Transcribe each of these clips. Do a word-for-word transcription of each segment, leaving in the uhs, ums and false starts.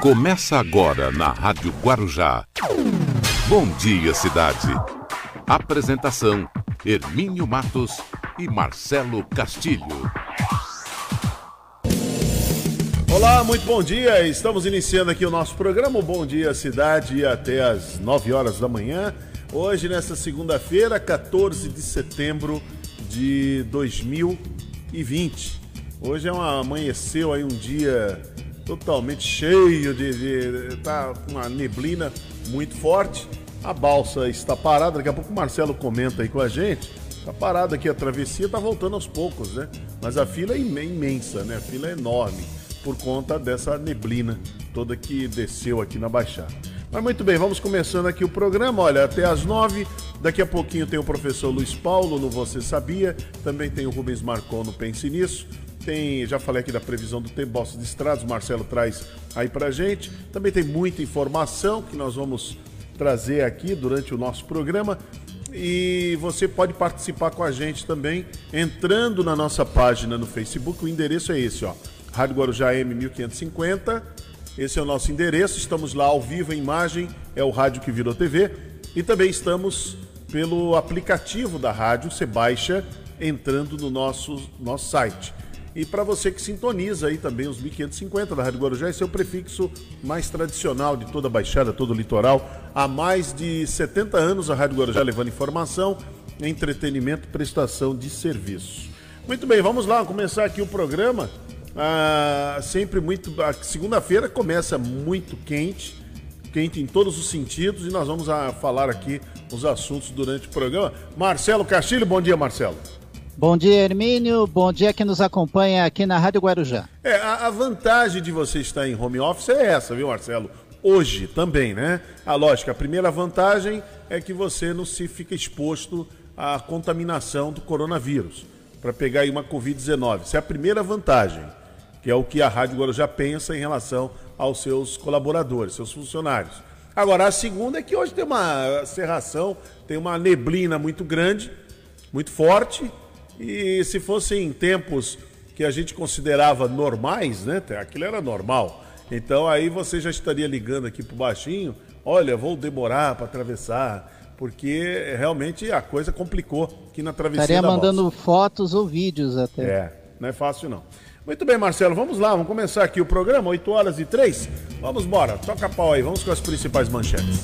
Começa agora na Rádio Guarujá. Bom dia, cidade. Apresentação: Hermínio Matos e Marcelo Castilho. Olá, muito bom dia. Estamos iniciando aqui o nosso programa Bom Dia Cidade até às nove horas da manhã. Hoje, nesta segunda-feira, quatorze de setembro de dois mil e vinte. Hoje é uma, amanheceu aí um dia totalmente cheio de, de... tá com uma neblina muito forte. A balsa está parada, daqui a pouco o Marcelo comenta aí com a gente. Está parada aqui a travessia, está voltando aos poucos, né? Mas a fila é imensa, né? A fila é enorme por conta dessa neblina toda que desceu aqui na Baixada. Mas muito bem, vamos começando aqui o programa. Olha, até às nove, daqui a pouquinho tem o professor Luiz Paulo no Você Sabia, também tem o Rubens Marcon no Pense Nisso, tem, já falei aqui da previsão do tempo, Balsas de Estradas, o Marcelo traz aí pra gente. Também tem muita informação que nós vamos trazer aqui durante o nosso programa. E você pode participar com a gente também, entrando na nossa página no Facebook. O endereço é esse, ó, Rádio Guarujá M mil quinhentos e cinquenta. Esse é o nosso endereço. Estamos lá ao vivo em imagem, é o rádio que virou T V. E também estamos pelo aplicativo da rádio, você baixa entrando no nosso, nosso site. E para você que sintoniza aí também os mil quinhentos e cinquenta da Rádio Guarujá, esse é o prefixo mais tradicional de toda a Baixada, todo o litoral. Há mais de setenta anos a Rádio Guarujá levando informação, entretenimento, prestação de serviço. Muito bem, vamos lá começar aqui o programa. Ah, sempre muito... A segunda-feira começa muito quente, quente em todos os sentidos, e nós vamos a, falar aqui os assuntos durante o programa. Marcelo Castilho, bom dia, Marcelo. Bom dia, Hermínio. Bom dia que nos acompanha aqui na Rádio Guarujá. É, a, a vantagem de você estar em home office é essa, viu, Marcelo? Hoje também, né? A lógica, a primeira vantagem é que você não se fica exposto à contaminação do coronavírus, para pegar aí uma covid dezenove. Essa é a primeira vantagem, que é o que a Rádio Guarujá pensa em relação aos seus colaboradores, seus funcionários. Agora, a segunda é que hoje tem uma cerração, tem uma neblina muito grande, muito forte. E se fossem tempos que a gente considerava normais, né? Aquilo era normal. Então aí você já estaria ligando aqui pro baixinho, olha, vou demorar para atravessar, porque realmente a coisa complicou aqui na travessia Estaria da mandando balsa. Fotos ou vídeos até. É, não é fácil não. Muito bem, Marcelo, vamos lá, vamos começar aqui o programa, oito horas e três. Vamos embora, toca a pau aí, vamos com as principais manchetes.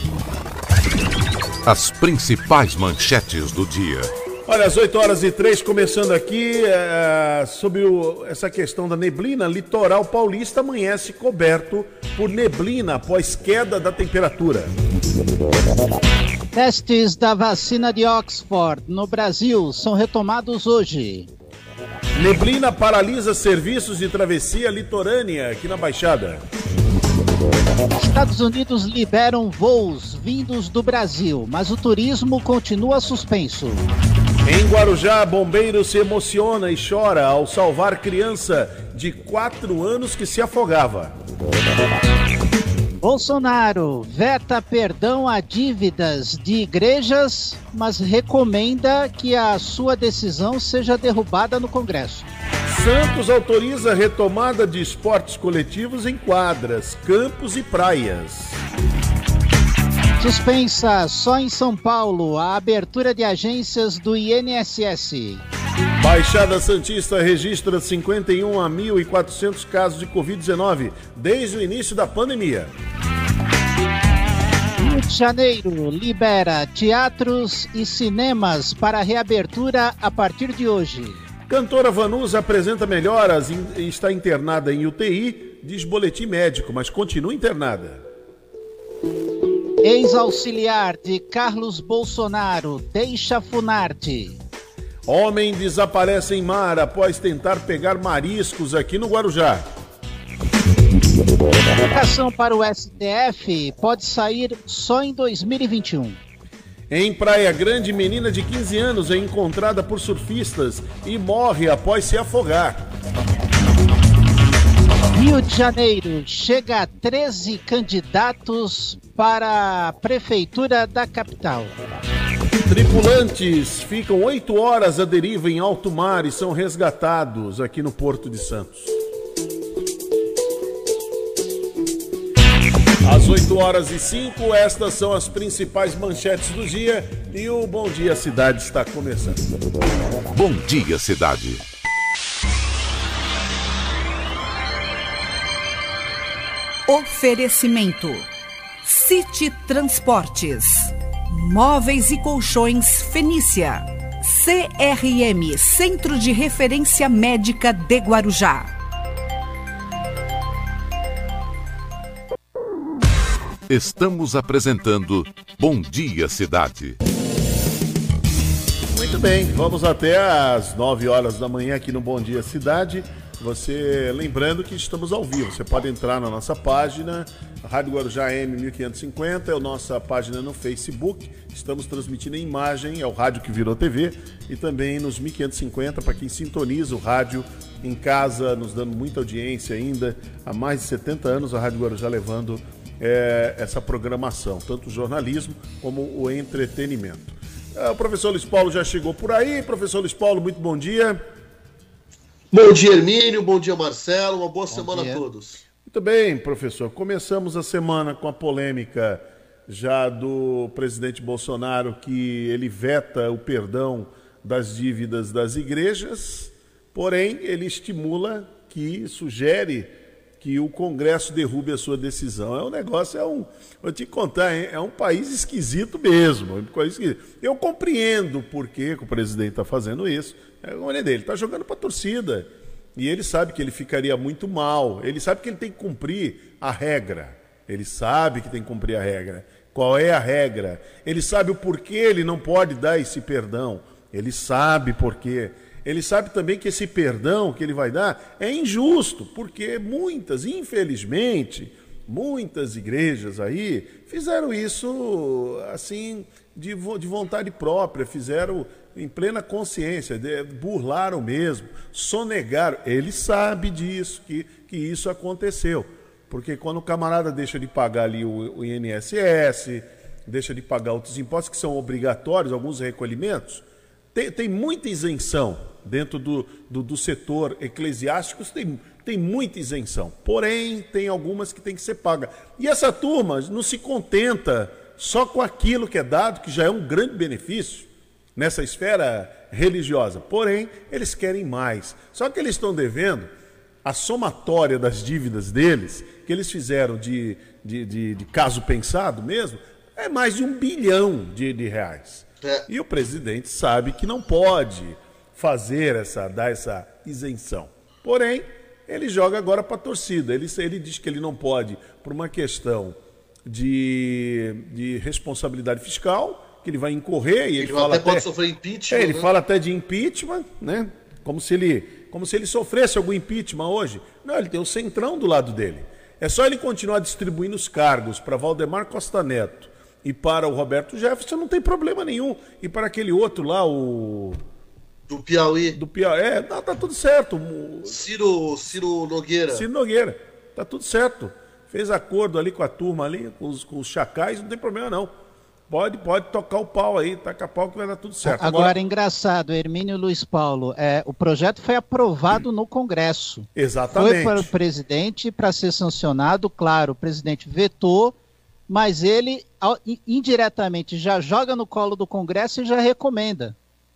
As principais manchetes do dia. Olha, às oito horas e três, começando aqui, é, sobre o, essa questão da neblina, litoral paulista amanhece coberto por neblina após queda da temperatura. Testes da vacina de Oxford no Brasil são retomados hoje. Neblina paralisa serviços de travessia litorânea aqui na Baixada. Estados Unidos liberam voos vindos do Brasil, mas o turismo continua suspenso. Em Guarujá, bombeiro se emociona e chora ao salvar criança de quatro anos que se afogava. Bolsonaro veta perdão a dívidas de igrejas, mas recomenda que a sua decisão seja derrubada no Congresso. Santos autoriza a retomada de esportes coletivos em quadras, campos e praias. Suspensa só em São Paulo a abertura de agências do I N S S. Baixada Santista registra cinquenta e um mil e quatrocentos casos de covid dezenove desde o início da pandemia. Rio de Janeiro libera teatros e cinemas para reabertura a partir de hoje. Cantora Vanusa apresenta melhoras e está internada em U T I, diz boletim médico, mas continua internada. Ex-auxiliar de Carlos Bolsonaro deixa Funarte. Homem desaparece em mar após tentar pegar mariscos aqui no Guarujá. Indicação para o S T F pode sair só em dois mil e vinte e um. Em Praia Grande, menina de quinze anos é encontrada por surfistas e morre após se afogar. Rio de Janeiro chega a treze candidatos para a prefeitura da capital. Tripulantes ficam oito horas à deriva em alto mar e são resgatados aqui no Porto de Santos. Às oito horas e cinco, estas são as principais manchetes do dia e o Bom Dia Cidade está começando. Bom Dia Cidade. Oferecimento: City Transportes, Móveis e Colchões Fenícia, C R M, Centro de Referência Médica de Guarujá. Estamos apresentando Bom Dia Cidade. Muito bem, vamos até às nove horas da manhã aqui no Bom Dia Cidade. Você, lembrando que estamos ao vivo, você pode entrar na nossa página, Rádio Guarujá M mil quinhentos e cinquenta, é a nossa página no Facebook, estamos transmitindo em imagem, é o rádio que virou T V, e também nos mil quinhentos e cinquenta, para quem sintoniza o rádio em casa, nos dando muita audiência ainda, há mais de setenta anos a Rádio Guarujá levando é, essa programação, tanto o jornalismo como o entretenimento. É, o professor Luiz Paulo já chegou por aí. Professor Luiz Paulo, muito bom dia. Bom dia, Hermínio. Bom dia, Marcelo. Uma boa Bom semana dia. a todos. Muito bem, professor. Começamos a semana com a polêmica já do presidente Bolsonaro, que ele veta o perdão das dívidas das igrejas, porém ele estimula, que sugere que o Congresso derrube a sua decisão. É um negócio, é um... Vou te contar, hein? É um país esquisito mesmo. É um país esquisito. Eu compreendo por que o presidente está fazendo isso. É o olho dele, está jogando para a torcida. E ele sabe que ele ficaria muito mal. Ele sabe que ele tem que cumprir a regra. Ele sabe que tem que cumprir a regra. Qual é a regra? Ele sabe o porquê ele não pode dar esse perdão. Ele sabe por quê. Ele sabe também que esse perdão que ele vai dar é injusto, porque muitas, infelizmente, muitas igrejas aí fizeram isso assim de, de vontade própria, fizeram em plena consciência, de, burlaram mesmo, sonegaram. Ele sabe disso, que, que isso aconteceu. Porque quando o camarada deixa de pagar ali o, o I N S S, deixa de pagar outros impostos que são obrigatórios, alguns recolhimentos, tem, tem muita isenção dentro do, do, do setor eclesiástico, tem, tem muita isenção. Porém, tem algumas que tem que ser paga. E essa turma não se contenta só com aquilo que é dado, que já é um grande benefício nessa esfera religiosa. Porém, eles querem mais. Só que eles estão devendo a somatória das dívidas deles, que eles fizeram de, de, de, de caso pensado mesmo, é mais de um bilhão de, de reais. É. E o presidente sabe que não pode fazer essa, dar essa isenção. Porém, ele joga agora para a torcida. Ele, ele diz que ele não pode, por uma questão de, de responsabilidade fiscal, que ele vai incorrer. E ele, ele fala até, até pode sofrer impeachment. É, ele né? fala até de impeachment, né? Como se ele, como se ele sofresse algum impeachment hoje. Não, ele tem o Centrão do lado dele. É só ele continuar distribuindo os cargos para Valdemar Costa Neto e para o Roberto Jefferson, não tem problema nenhum. E para aquele outro lá, o... Do Piauí. Do Piauí, é, não, tá tudo certo. Ciro, Ciro Nogueira. Ciro Nogueira, tá tudo certo. Fez acordo ali com a turma ali, com os, com os chacais, não tem problema não. Pode, pode tocar o pau aí, taca pau que vai dar tudo certo. Agora, Agora engraçado, Hermínio Luiz Paulo, é, o projeto foi aprovado no Congresso. Exatamente. Foi para o presidente para ser sancionado, claro, o presidente vetou, mas ele indiretamente já joga no colo do Congresso e já recomenda.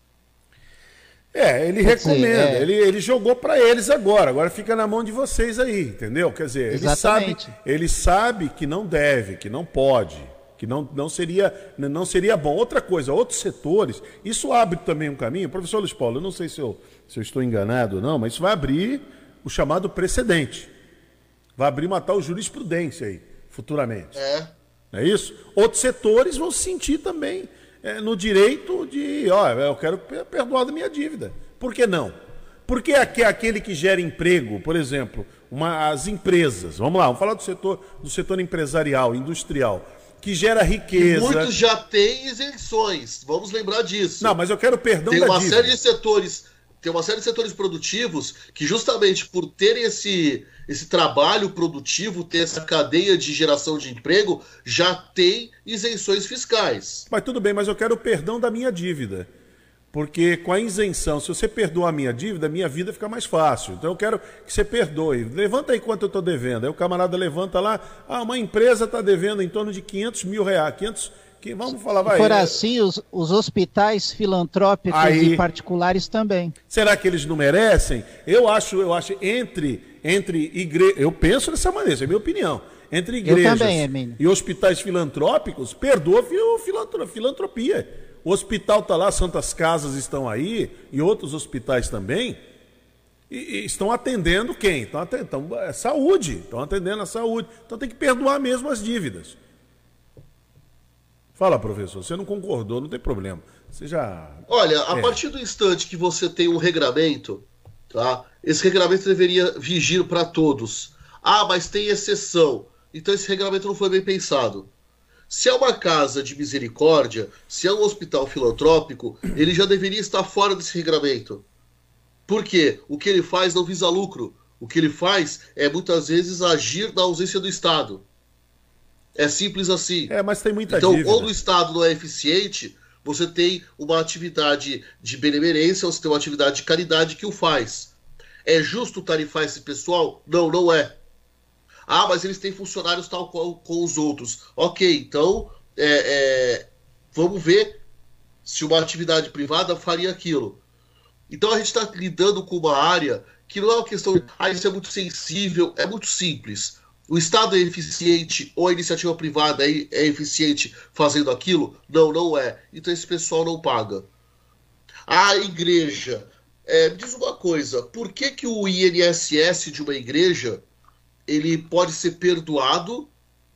É, ele Quer recomenda, dizer, é... Ele, ele jogou para eles agora, agora fica na mão de vocês aí, entendeu? Quer dizer, ele sabe, ele sabe que não deve, que não pode, que não, não, seria, não seria bom. Outra coisa, outros setores, isso abre também um caminho. Professor Luiz Paulo, eu não sei se eu, se eu estou enganado ou não, mas isso vai abrir o chamado precedente. Vai abrir uma tal jurisprudência aí, futuramente. É. Não é isso? Outros setores vão se sentir também é, no direito de, ó, eu quero perdoar da minha dívida. Por que não? Porque aquele que gera emprego, por exemplo, uma, as empresas, vamos lá, vamos falar do setor, do setor empresarial, industrial, que gera riqueza. E muitos já têm isenções, vamos lembrar disso. Não, mas eu quero perdão tem da uma dívida. série de setores, tem uma série de setores produtivos que justamente por terem esse, esse trabalho produtivo, ter essa cadeia de geração de emprego, já tem isenções fiscais. Mas tudo bem, mas eu quero o perdão da minha dívida. Porque com a isenção, se você perdoar a minha dívida, a minha vida fica mais fácil. Então eu quero que você perdoe. Levanta aí quanto eu estou devendo. Aí o camarada levanta lá, ah, uma empresa está devendo em torno de quinhentos mil reais. quinhentos, que, vamos falar, vai. Se for assim, os, os hospitais filantrópicos aí, e particulares também. Será que eles não merecem? Eu acho, eu acho, entre, entre igrejas, eu penso dessa maneira, essa é a minha opinião. Entre igrejas também, e hospitais filantrópicos, perdoa a filantropia. O hospital está lá, Santas Casas estão aí, e outros hospitais também, e, e estão atendendo quem? Estão atendendo é, saúde, estão atendendo a saúde. Então tem que perdoar mesmo as dívidas. Fala, professor, você não concordou, não tem problema. Você já... Olha, a é. partir do instante que você tem um regramento, tá? Esse regramento deveria vigir para todos. Ah, mas tem exceção. Então esse regramento não foi bem pensado. Se é uma casa de misericórdia, se é um hospital filantrópico, ele já deveria estar fora desse regramento. Por quê? O que ele faz não visa lucro. O que ele faz é, muitas vezes, agir na ausência do Estado. É simples assim. É, mas tem muita então, dívida. quando o Estado não é eficiente, você tem uma atividade de benemerência, você tem uma atividade de caridade que o faz. É justo tarifar esse pessoal? Não, não é. Ah, mas eles têm funcionários tal qual com os outros. Ok, então é, é, vamos ver se uma atividade privada faria aquilo. Então a gente está lidando com uma área que não é uma questão de ah, isso é muito sensível, é muito simples. O Estado é eficiente ou a iniciativa privada é, é eficiente fazendo aquilo? Não, não é. Então esse pessoal não paga. A igreja, é, me diz uma coisa, por que, que o I N S S de uma igreja ele pode ser perdoado,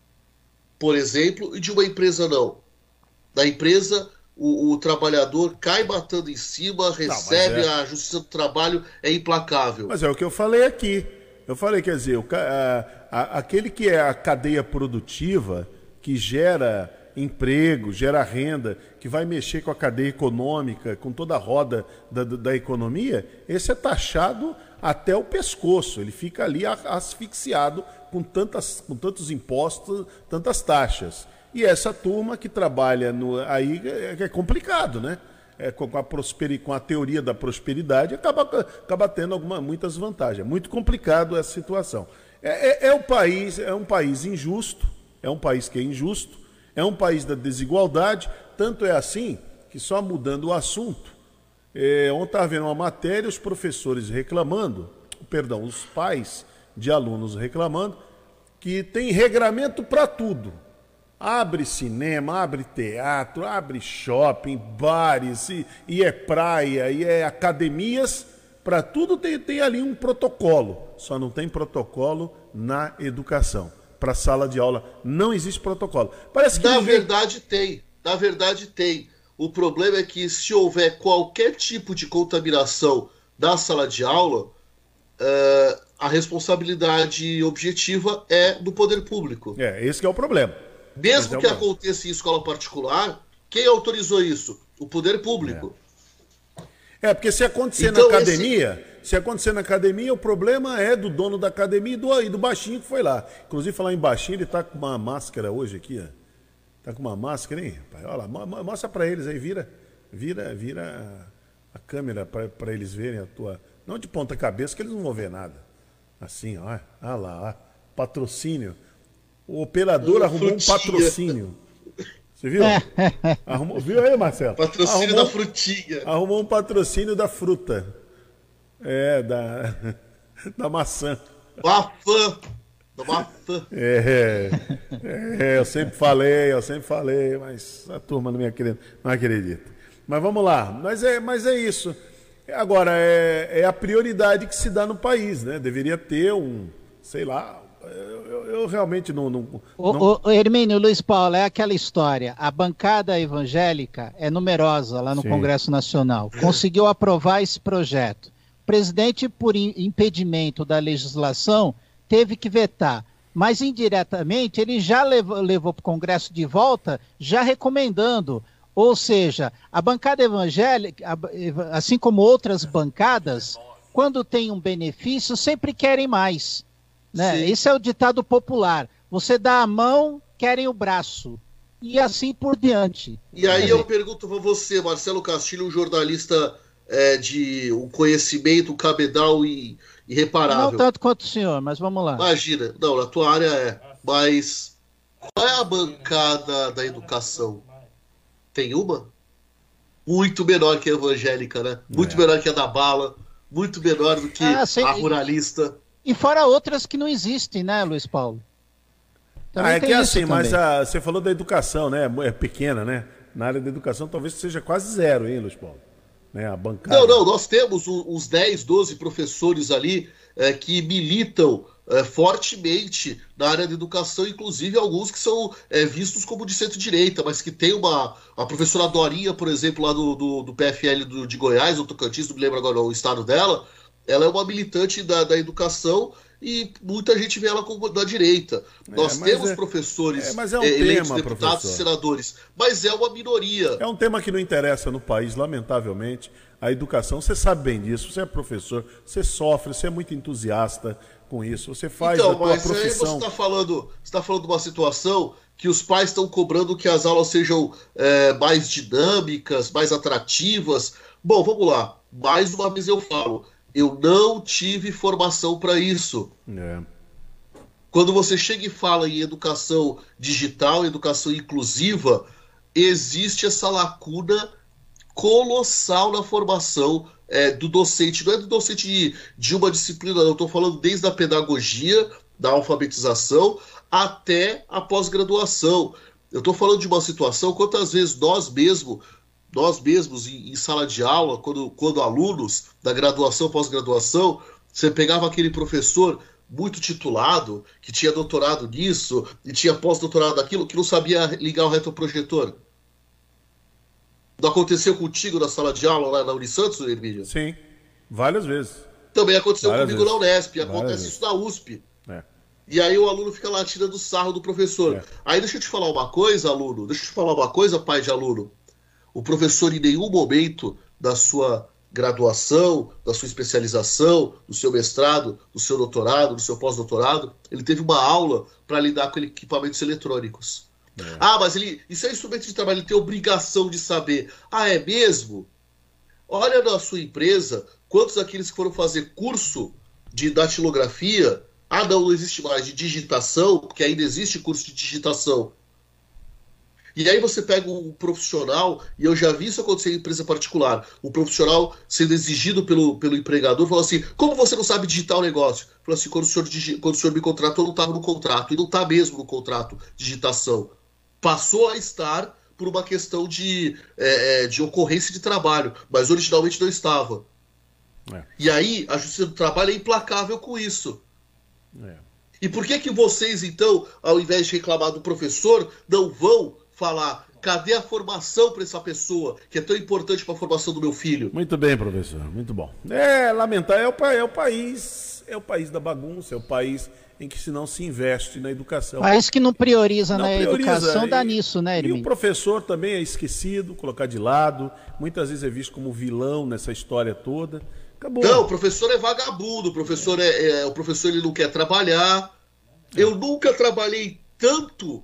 por exemplo, e de uma empresa não? Da empresa, o, o trabalhador cai matando em cima, recebe, não, é... a Justiça do Trabalho é implacável. Mas é o que eu falei aqui. Eu falei, quer dizer, o, a, a, aquele que é a cadeia produtiva, que gera emprego, gera renda, que vai mexer com a cadeia econômica, com toda a roda da, da economia, esse é taxado até o pescoço, ele fica ali asfixiado com, tantas, com tantos impostos, tantas taxas. E essa turma que trabalha no, aí é, é complicado, né? É, com, a prosperi, com a teoria da prosperidade, acaba, acaba tendo alguma, muitas vantagens. É muito complicado essa situação. É, é, é, um país, é um país injusto, é um país que é injusto, é um país da desigualdade, tanto é assim que, só mudando o assunto, É, ontem estava vendo uma matéria, os professores reclamando, perdão, os pais de alunos reclamando, que tem regramento para tudo. Abre cinema, abre teatro, abre shopping, bares, e, e é praia, e é academias, para tudo tem, tem ali um protocolo, só não tem protocolo na educação. Para sala de aula não existe protocolo. Parece que na ninguém... verdade tem, na verdade tem. O problema é que se houver qualquer tipo de contaminação na sala de aula, uh, a responsabilidade objetiva é do poder público. É, esse que é o problema. Mesmo esse que é aconteça em escola particular, quem autorizou isso? O poder público. É, é porque se acontecer então, na academia, esse... se acontecer na academia, o problema é do dono da academia e do, e do baixinho que foi lá. Inclusive, falar em baixinho, ele está com uma máscara hoje aqui, ó. Tá com uma máscara, hein, rapaz? Olha lá, mostra pra eles aí, vira, vira, vira a câmera pra, pra eles verem a tua... Não de ponta cabeça, que eles não vão ver nada. Assim, ó, olha lá, ó, patrocínio. O operador oh, arrumou frutinha. um patrocínio. Você viu? Arrumou, viu aí, Marcelo? Patrocínio arrumou, da frutinha. Arrumou um patrocínio da fruta. É, da, da maçã. Maçã. É, é, eu sempre falei, eu sempre falei, mas a turma não me acredita. Não acredita. Mas vamos lá, mas é, mas é isso. Agora, é, é a prioridade que se dá no país, né? Deveria ter um, sei lá, eu, eu realmente não... não, não... O, o Hermínio, Luiz Paulo, é aquela história, a bancada evangélica é numerosa lá no Sim. Congresso Nacional, conseguiu aprovar esse projeto. O presidente, por impedimento da legislação, teve que vetar, mas indiretamente ele já levou, levou para o Congresso de volta, já recomendando, ou seja, a bancada evangélica, assim como outras bancadas, quando tem um benefício, sempre querem mais, né? Esse é o ditado popular, você dá a mão, querem o braço, e assim por diante. E aí eu pergunto para você, Marcelo Castilho, um jornalista é, de um conhecimento cabedal e irreparável. Não tanto quanto o senhor, mas vamos lá. Imagina, não, na tua área é, mas qual é a bancada da educação? Tem uma? Muito menor que a evangélica, né? Muito é. menor que a da bala, muito menor do que ah, sei, a ruralista. E fora outras que não existem, né, Luiz Paulo? Ah, é que é assim, mas a, você falou da educação, né? É pequena, né? Na área da educação talvez seja quase zero, hein, Luiz Paulo? Né? A bancada. Não, não, nós temos uns dez, doze professores ali é, que militam é, fortemente na área da educação, inclusive alguns que são é, vistos como de centro-direita, mas que tem uma... A professora Dorinha, por exemplo, lá do, do, do P F L do, de Goiás, do Tocantins, não me lembro agora o estado dela, ela é uma militante da, da educação e muita gente vê ela como da direita. É, Nós temos é, professores é, mas é um é, eleitos tema, deputados professor. e senadores, mas é uma minoria. É um tema que não interessa no país, lamentavelmente. A educação, você sabe bem disso, você é professor, você sofre, você é muito entusiasta com isso, você faz então, a tua mas profissão. Aí você está falando, você tá falando de uma situação que os pais estão cobrando que as aulas sejam é, mais dinâmicas, mais atrativas. Bom, vamos lá. Mais uma vez eu falo, eu não tive formação para isso. É. Quando você chega e fala em educação digital, educação inclusiva, existe essa lacuna colossal na formação é, do docente. Não é do docente de, de uma disciplina, não. Eu estou falando desde a pedagogia, da alfabetização, até a pós-graduação. Eu estou falando de uma situação, quantas vezes nós mesmos, nós mesmos em, em sala de aula, quando, quando alunos da graduação, pós-graduação, você pegava aquele professor muito titulado, que tinha doutorado nisso, e tinha pós-doutorado naquilo, que não sabia ligar o retroprojetor. Não aconteceu contigo na sala de aula lá na Unisantos, Hermínia? Sim, várias vezes. Também aconteceu várias comigo vezes. na Unesp, várias acontece vezes. isso na U S P. É. E aí o aluno fica lá tirando sarro do professor. É. Aí deixa eu te falar uma coisa, aluno, deixa eu te falar uma coisa, pai de aluno. O professor em nenhum momento da sua graduação, da sua especialização, do seu mestrado, do seu doutorado, do seu pós-doutorado, ele teve uma aula para lidar com equipamentos eletrônicos. É. Ah, mas ele, isso é instrumento de trabalho, ele tem obrigação de saber. Ah, é mesmo? Olha na sua empresa, quantos daqueles que foram fazer curso de datilografia, ah não, não existe mais, de digitação, porque ainda existe curso de digitação. E aí você pega um profissional, e eu já vi isso acontecer em empresa particular, um profissional sendo exigido pelo, pelo empregador, falou assim, como você não sabe digitar o negócio? Falou assim, quando o senhor, quando o senhor me contratou, eu não estava no contrato, e não está mesmo no contrato, digitação. Passou a estar por uma questão de, é, de ocorrência de trabalho, mas originalmente não estava. É. E aí, a Justiça do Trabalho é implacável com isso. É. E por que que vocês, então, ao invés de reclamar do professor, não vão falar, cadê a formação para essa pessoa, que é tão importante para a formação do meu filho? Muito bem, professor, muito bom. É, lamentar, é o, é o país, é o país da bagunça, é o país em que se não se investe na educação. País que não prioriza não na prioriza, educação, e, dá nisso, né, Hermínio? E o professor também é esquecido, colocar de lado, muitas vezes é visto como vilão nessa história toda. Acabou. Não, o professor é vagabundo, o professor, é, é, o professor ele não quer trabalhar. É. Eu nunca trabalhei tanto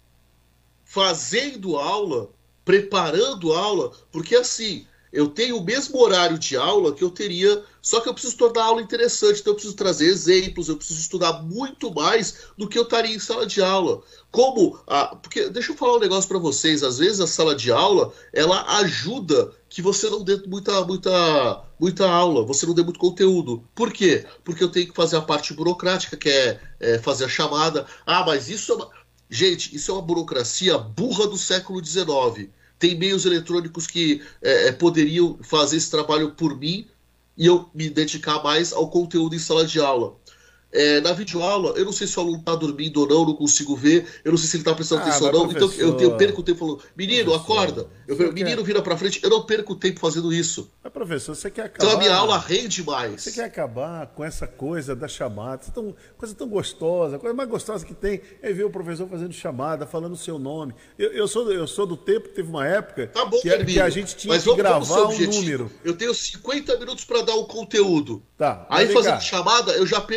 fazendo aula, preparando aula, porque assim, eu tenho o mesmo horário de aula que eu teria, só que eu preciso tornar a aula interessante, então eu preciso trazer exemplos, eu preciso estudar muito mais do que eu estaria em sala de aula. Como, a, porque deixa eu falar um negócio para vocês, às vezes a sala de aula, ela ajuda que você não dê muita, muita, muita aula, você não dê muito conteúdo. Por quê? Porque eu tenho que fazer a parte burocrática, que é, é fazer a chamada. Ah, mas isso é uma... Gente, isso é uma burocracia burra do século dezenove. Tem meios eletrônicos que é, poderiam fazer esse trabalho por mim e eu me dedicar mais ao conteúdo em sala de aula. É, na videoaula, eu não sei se o aluno está dormindo ou não, não consigo ver, eu não sei se ele está prestando ah, atenção ou não, professor, então eu, eu perco o tempo falando, menino, professor, acorda, eu, menino, quer... vira para frente, eu não perco o tempo fazendo isso. Mas professor, você quer acabar... Então a minha aula rende mais. Você quer acabar com essa coisa da chamada, é tão, coisa tão gostosa, a coisa mais gostosa que tem é ver o professor fazendo chamada, falando o seu nome. Eu, eu, sou, eu sou do tempo, teve uma época tá bom, que, era, que a gente tinha mas que vamos, gravar vamos um número. Eu tenho cinquenta minutos para dar o conteúdo. Tá, aí fazendo cá. chamada, eu já perco quatro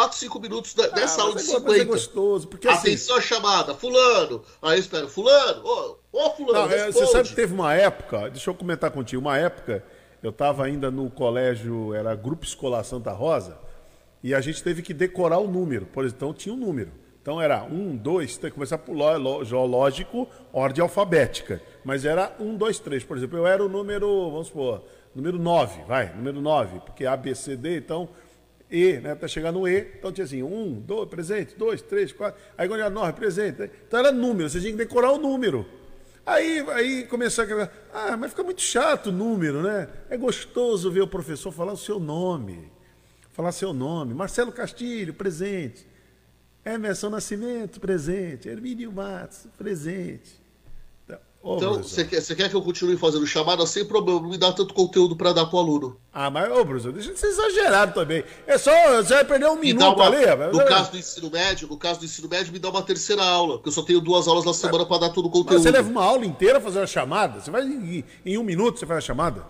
quatro, cinco minutos nessa ah, aula de é, cinquenta. é gostoso, porque assim... Atenção à chamada, fulano. Aí eu espero, fulano, ô, ô fulano, não, é, você sabe que teve uma época, deixa eu comentar contigo, uma época, eu estava ainda no colégio, era Grupo Escolar Santa Rosa, e a gente teve que decorar o número, por exemplo, então tinha um número. Então era um, dois, três, começar por lógico, ordem alfabética. Mas era um, dois, três. Por exemplo, eu era o número, vamos supor, número nove, vai, número nove, porque A, B, C, D, então E, né? Até chegar no E, então tinha assim, um, dois, presente, dois, três, quatro. Aí quando era nove, presente. Né? Então era número, você tinha que decorar o número. Aí, aí começou a... Ah, mas fica muito chato o número, né? É gostoso ver o professor falar o seu nome. Falar seu nome. Marcelo Castilho, presente. Emerson Nascimento, presente. Hermínio Matos, presente. Então, oh, então você quer, quer que eu continue fazendo chamada sem problema, não me dá tanto conteúdo para dar para o aluno. Ah, mas, ô, professor, deixa de ser exagerado também. É só, você vai perder um me minuto uma, ali. No caso do ensino médio, no caso do ensino médio, me dá uma terceira aula, porque eu só tenho duas aulas na semana para dar todo o conteúdo. Mas você leva uma aula inteira fazer a chamada? Você vai em, em um minuto, você faz a chamada?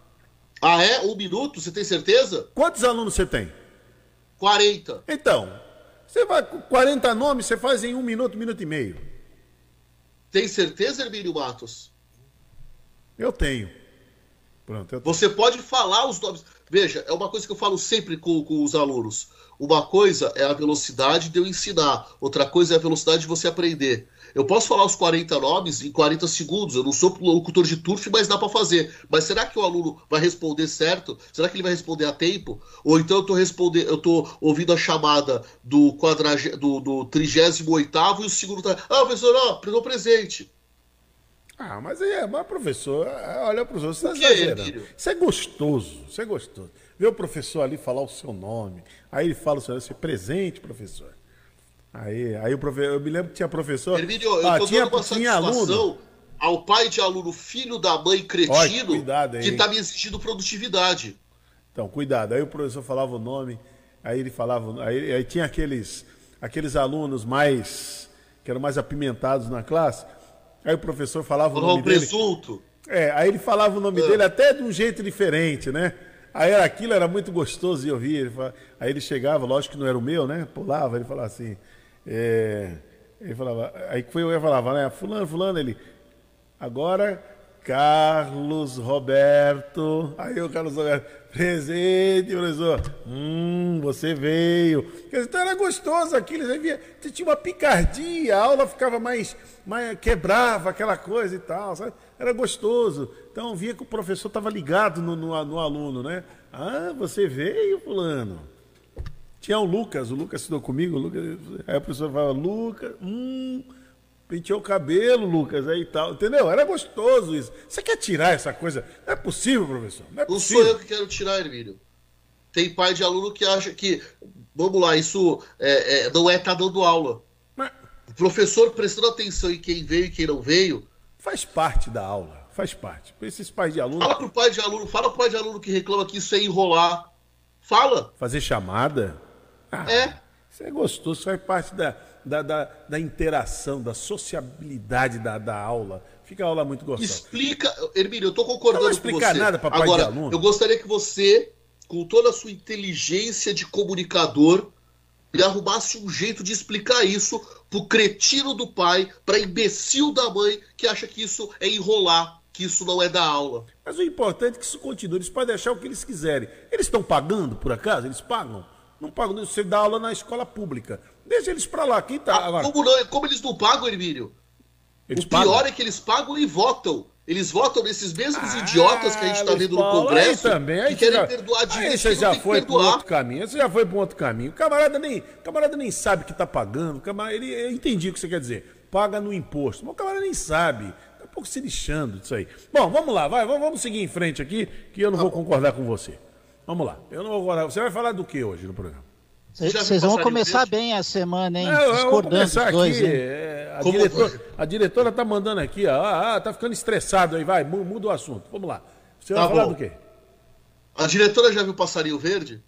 Ah, é? Um minuto? Você tem certeza? Quantos alunos você tem? quarenta. Então, você vai com quarenta nomes, você faz em um minuto, um minuto e meio. Tem certeza, Hermínio Matos? Eu tenho. Pronto, eu tenho. Você pode falar os nomes. Veja, é uma coisa que eu falo sempre com, com os alunos. Uma coisa é a velocidade de eu ensinar, outra coisa é a velocidade de você aprender. Eu posso falar os quarenta nomes em quarenta segundos, eu não sou locutor de turf, mas dá para fazer. Mas será que o aluno vai responder certo? Será que ele vai responder a tempo? Ou então eu tô respondendo, eu tô ouvindo a chamada do, quadrag... do, do trigésimo oitavo e o segundo tá... Ah, professor, ó, pegou presente. Ah, mas aí é, mas professor, olha, professor, você está que, exagerando. Emílio? Isso é gostoso, isso é gostoso. Ver o professor ali falar o seu nome, aí ele fala o seu nome, você é presente, professor. Aí, aí o professor, eu me lembro que tinha professor. Hermínio, eu ah, tô tinha, dando uma tinha satisfação aluno. ao pai de aluno, filho da mãe cretino, Olha, cuidado aí, que tá me exigindo produtividade. Então, cuidado. Aí o professor falava o nome, aí ele falava. Aí, aí tinha aqueles, aqueles alunos mais. Que eram mais apimentados na classe. Aí o professor falava o nome o dele. presunto. É, aí ele falava o nome é. dele até de um jeito diferente, né? Aí era, aquilo era muito gostoso de ouvir. Ele falava, aí ele chegava, lógico que não era o meu, né? Pulava, ele falava assim. É, ele falava, aí foi eu falava, né? Fulano, fulano, ele. Agora, Carlos Roberto. Aí o Carlos Roberto, presente, professor. Hum, você veio. Então era gostoso aquilo. Você via, você tinha uma picardia, a aula ficava mais, mais. Quebrava aquela coisa e tal, sabe? Era gostoso. Então via que o professor estava ligado no, no, no aluno, né? Ah, você veio, fulano. Tinha o Lucas, o Lucas estudou comigo, o Lucas, aí a professora falava, Lucas, hum, penteou o cabelo, Lucas, aí e tal, entendeu? Era gostoso isso. Você quer tirar essa coisa? Não é possível, professor, não é Não possível. sou eu que quero tirar, Hermínio. Tem pai de aluno que acha que, vamos lá, isso é, é, não é estar tá dando aula. Mas o professor prestando atenção em quem veio e quem não veio. Faz parte da aula, faz parte. Esses pais de aluno... Fala pro pai de aluno, fala pro pai de aluno que reclama que isso é enrolar. Fala. Fazer chamada... Ah, é. Isso é gostoso, isso faz parte da, da, da, da interação, da sociabilidade da, da aula. Fica a aula muito gostosa. Explica, Hermínio, eu tô concordando não vou explicar com você. Nada para pai Agora, de aluno. Eu gostaria que você, com toda a sua inteligência de comunicador, me arrumasse um jeito de explicar isso pro cretino do pai, pra imbecil da mãe, que acha que isso é enrolar, que isso não é da aula. Mas o importante é que isso continue, eles podem deixar o que eles quiserem. Eles estão pagando, por acaso? Eles pagam? Não pagam, você dá aula na escola pública. Deixa eles pra lá, quem tá Ah, agora? Como, não, como eles não pagam, Hermílio? Eles o pior pagam? é que eles pagam e votam. Eles votam nesses mesmos Ah, idiotas que a gente tá vendo no Congresso aí também, aí que querem já, perdoar dinheiro. aí você que já não tem que foi para perdoar. outro caminho. Você já foi para outro caminho. O camarada nem, o camarada nem sabe que tá pagando. O camarada, ele, eu entendi o que você quer dizer. Paga no imposto. Mas o camarada nem sabe. Tá um pouco se lixando disso aí. Bom, vamos lá, vai, vamos seguir em frente aqui, que eu não vou concordar com você. Vamos lá. Eu não vou concordar. Você vai falar do que hoje no programa? Vocês vão começar bem a semana, hein? É, eu, eu Discordando os dois, aqui, hein? é, a, Como diretora, a diretora tá mandando aqui, ó, ah, ah, tá ficando estressado aí, vai, muda o assunto. Vamos lá. Você Tá vai falar bom. do quê? A diretora já viu Passarinho Verde?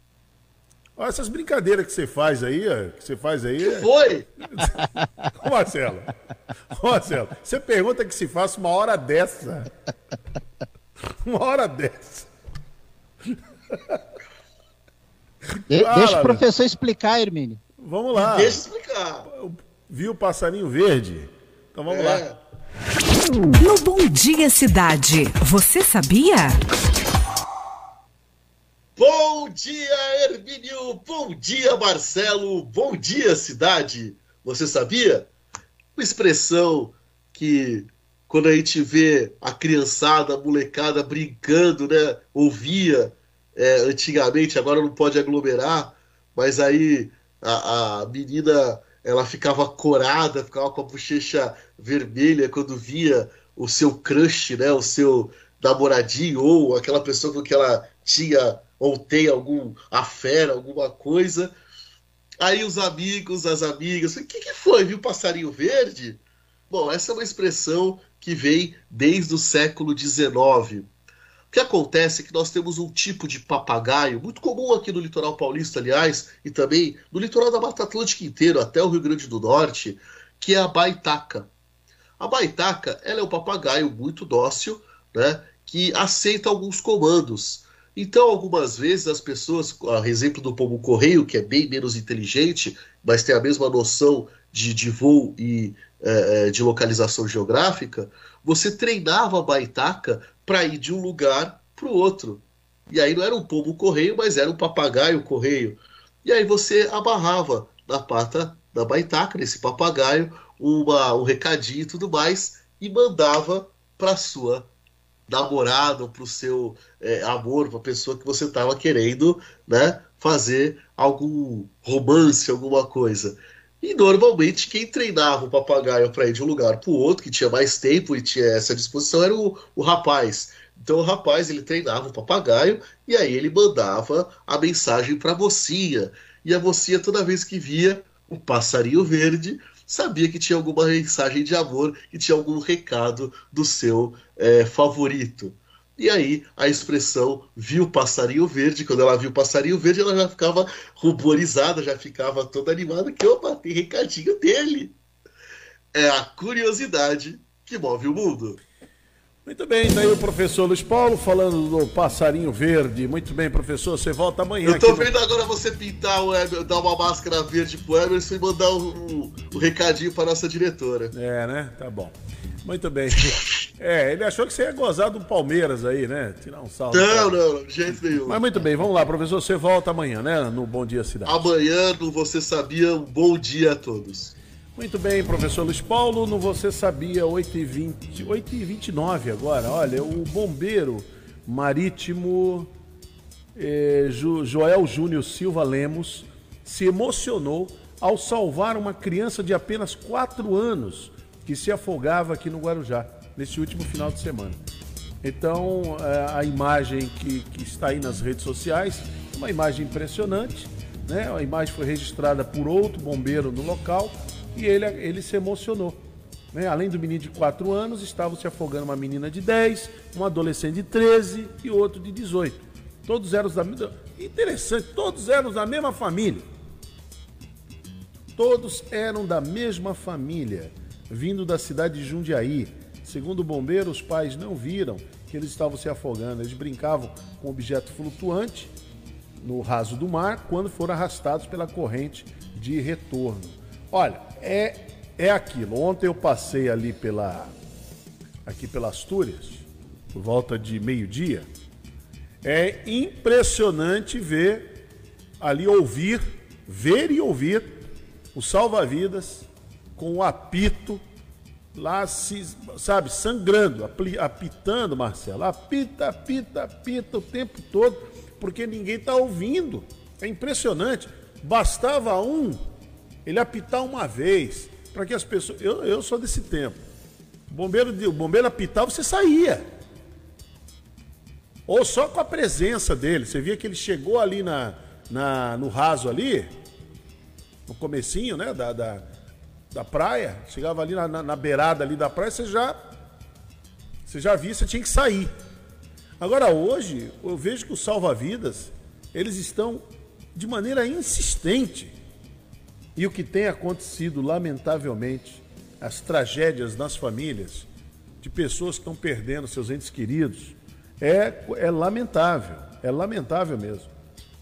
Olha essas brincadeiras que você faz aí, ó, que você faz aí. Que é- foi? Ô, Marcelo, ô, Marcelo, você pergunta que se faça uma hora dessa. Uma hora dessa. De, Fala, deixa o professor explicar, Hermínio. Vamos lá. Deixa eu explicar. Viu o passarinho verde? Então vamos É. lá. No Bom Dia Cidade, você sabia? Bom dia, Hermínio! Bom dia, Marcelo! Bom dia, cidade! Você sabia? Uma expressão que, quando a gente vê a criançada, a molecada brincando, né? Ouvia é, antigamente, agora não pode aglomerar, mas aí a, a menina, ela ficava corada, ficava com a bochecha vermelha quando via o seu crush, né? O seu namoradinho ou aquela pessoa com que ela tinha ou tem algum afera, alguma coisa. Aí os amigos, as amigas, o que, que foi, viu passarinho verde? Bom, essa é uma expressão que vem desde o século dezenove. O que acontece é que nós temos um tipo de papagaio, muito comum aqui no litoral paulista, aliás, e também no litoral da Mata Atlântica inteiro, até o Rio Grande do Norte, que é a baitaca. A baitaca, ela é um papagaio muito dócil, né, que aceita alguns comandos. Então, algumas vezes, as pessoas, a exemplo do pombo-correio, que é bem menos inteligente, mas tem a mesma noção de, de voo e é, de localização geográfica, você treinava a baitaca para ir de um lugar para o outro. E aí não era um pombo-correio, mas era um papagaio-correio. E aí você amarrava na pata da baitaca, nesse papagaio, uma, um recadinho e tudo mais, e mandava para a sua namorado, ou para o seu é, amor, para a pessoa que você estava querendo, né, fazer algum romance, alguma coisa. E normalmente quem treinava o papagaio para ir de um lugar para o outro, que tinha mais tempo e tinha essa disposição, era o, o rapaz. Então o rapaz, ele treinava o papagaio e aí ele mandava a mensagem para a mocinha. E a mocinha, toda vez que via o passarinho verde, sabia que tinha alguma mensagem de amor, que tinha algum recado do seu é, favorito. E aí a expressão viu o passarinho verde, quando ela viu o passarinho verde, ela já ficava ruborizada, já ficava toda animada, que opa, tem recadinho dele. É a curiosidade que move o mundo. Muito bem, daí o professor Luiz Paulo falando do passarinho verde. Muito bem, professor, você volta amanhã. Eu tô aqui vendo no... agora você pintar o Emerson, dar uma máscara verde pro Emerson e mandar o, o, o recadinho pra nossa diretora. É, né? Tá bom. Muito bem. É, ele achou que você ia gozar do Palmeiras aí, né? Tirar um salto. Não, não, de jeito nenhum. Mas muito bem, vamos lá, professor, você volta amanhã, né? No Bom Dia Cidade. Amanhã, no Você Sabia, um bom dia a todos. Muito bem, professor Luiz Paulo, no Você Sabia, oito e vinte, oito e vinte e nove agora, olha, o bombeiro marítimo eh, Jo- Joel Júnior Silva Lemos se emocionou ao salvar uma criança de apenas quatro anos que se afogava aqui no Guarujá, nesse último final de semana. Então, eh, a imagem que, que está aí nas redes sociais, uma imagem impressionante, né? A imagem foi registrada por outro bombeiro no local, e ele, ele se emocionou. Né? Além do menino de quatro anos, estavam se afogando uma menina de dez, um adolescente de treze e outro de dezoito. Todos eram da mesma... Interessante, todos eram da mesma família. Todos eram da mesma família, vindo da cidade de Jundiaí. Segundo o bombeiro, os pais não viram que eles estavam se afogando. Eles brincavam com um objeto flutuante no raso do mar quando foram arrastados pela corrente de retorno. Olha, é, é aquilo. Ontem eu passei ali pela, aqui pela Astúrias, por volta de meio-dia. É impressionante ver ali, ouvir, ver e ouvir o salva-vidas com o apito lá, se, sabe, sangrando, apitando, Marcelo. Apita, apita, apita o tempo todo, porque ninguém está ouvindo. É impressionante. Bastava um... ele apitar uma vez, para que as pessoas... Eu, eu sou desse tempo. O bombeiro, o bombeiro apitava, você saía. Ou só com a presença dele. Você via que ele chegou ali na, na, no raso ali, no comecinho, né, da, da, da praia. Chegava ali na, na, na beirada ali da praia, você já, você já via, você tinha que sair. Agora hoje, eu vejo que os salva-vidas, eles estão de maneira insistente. E o que tem acontecido, lamentavelmente, as tragédias nas famílias, de pessoas que estão perdendo seus entes queridos, é, é lamentável, é lamentável mesmo.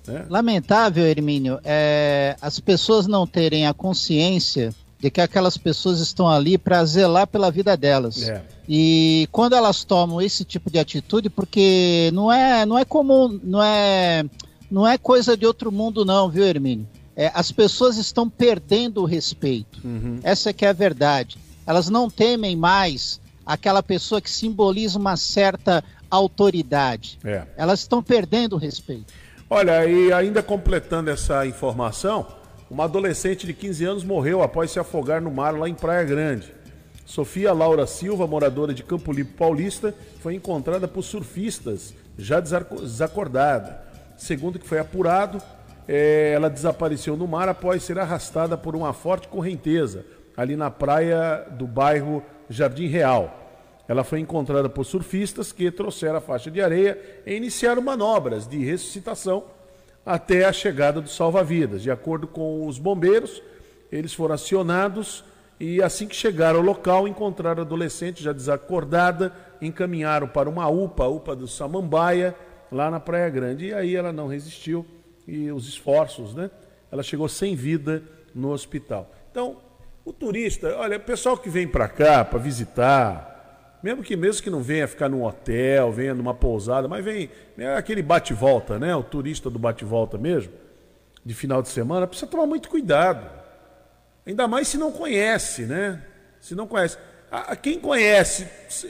Né? Lamentável, Hermínio, é, as pessoas não terem a consciência de que aquelas pessoas estão ali para zelar pela vida delas. É. E quando elas tomam esse tipo de atitude, porque não é, não é comum, não é, não é coisa de outro mundo não, viu, Hermínio? É, as pessoas estão perdendo o respeito. Uhum. Essa que é a verdade. Elas não temem mais aquela pessoa que simboliza uma certa autoridade. É. Elas estão perdendo o respeito. Olha, e ainda completando essa informação, uma adolescente de quinze anos morreu após se afogar no mar lá em Praia Grande. Sofia Laura Silva, moradora de Campo Limpo Paulista, foi encontrada por surfistas, já desacordada. Segundo o que foi apurado, é, ela desapareceu no mar após ser arrastada por uma forte correnteza, ali na praia do bairro Jardim Real. Ela foi encontrada por surfistas que trouxeram a faixa de areia e iniciaram manobras de ressuscitação até a chegada do salva-vidas. De acordo com os bombeiros, eles foram acionados e assim que chegaram ao local, encontraram a adolescente já desacordada, encaminharam para uma U P A, a U P A do Samambaia, lá na Praia Grande. E aí ela não resistiu e os esforços, né? Ela chegou sem vida no hospital. Então, o turista, olha, o pessoal que vem para cá para visitar, mesmo que mesmo que não venha ficar num hotel, venha numa pousada, mas vem é aquele bate-volta, né? O turista do bate-volta mesmo, de final de semana, precisa tomar muito cuidado. Ainda mais se não conhece, né? Se não conhece. Ah, quem conhece,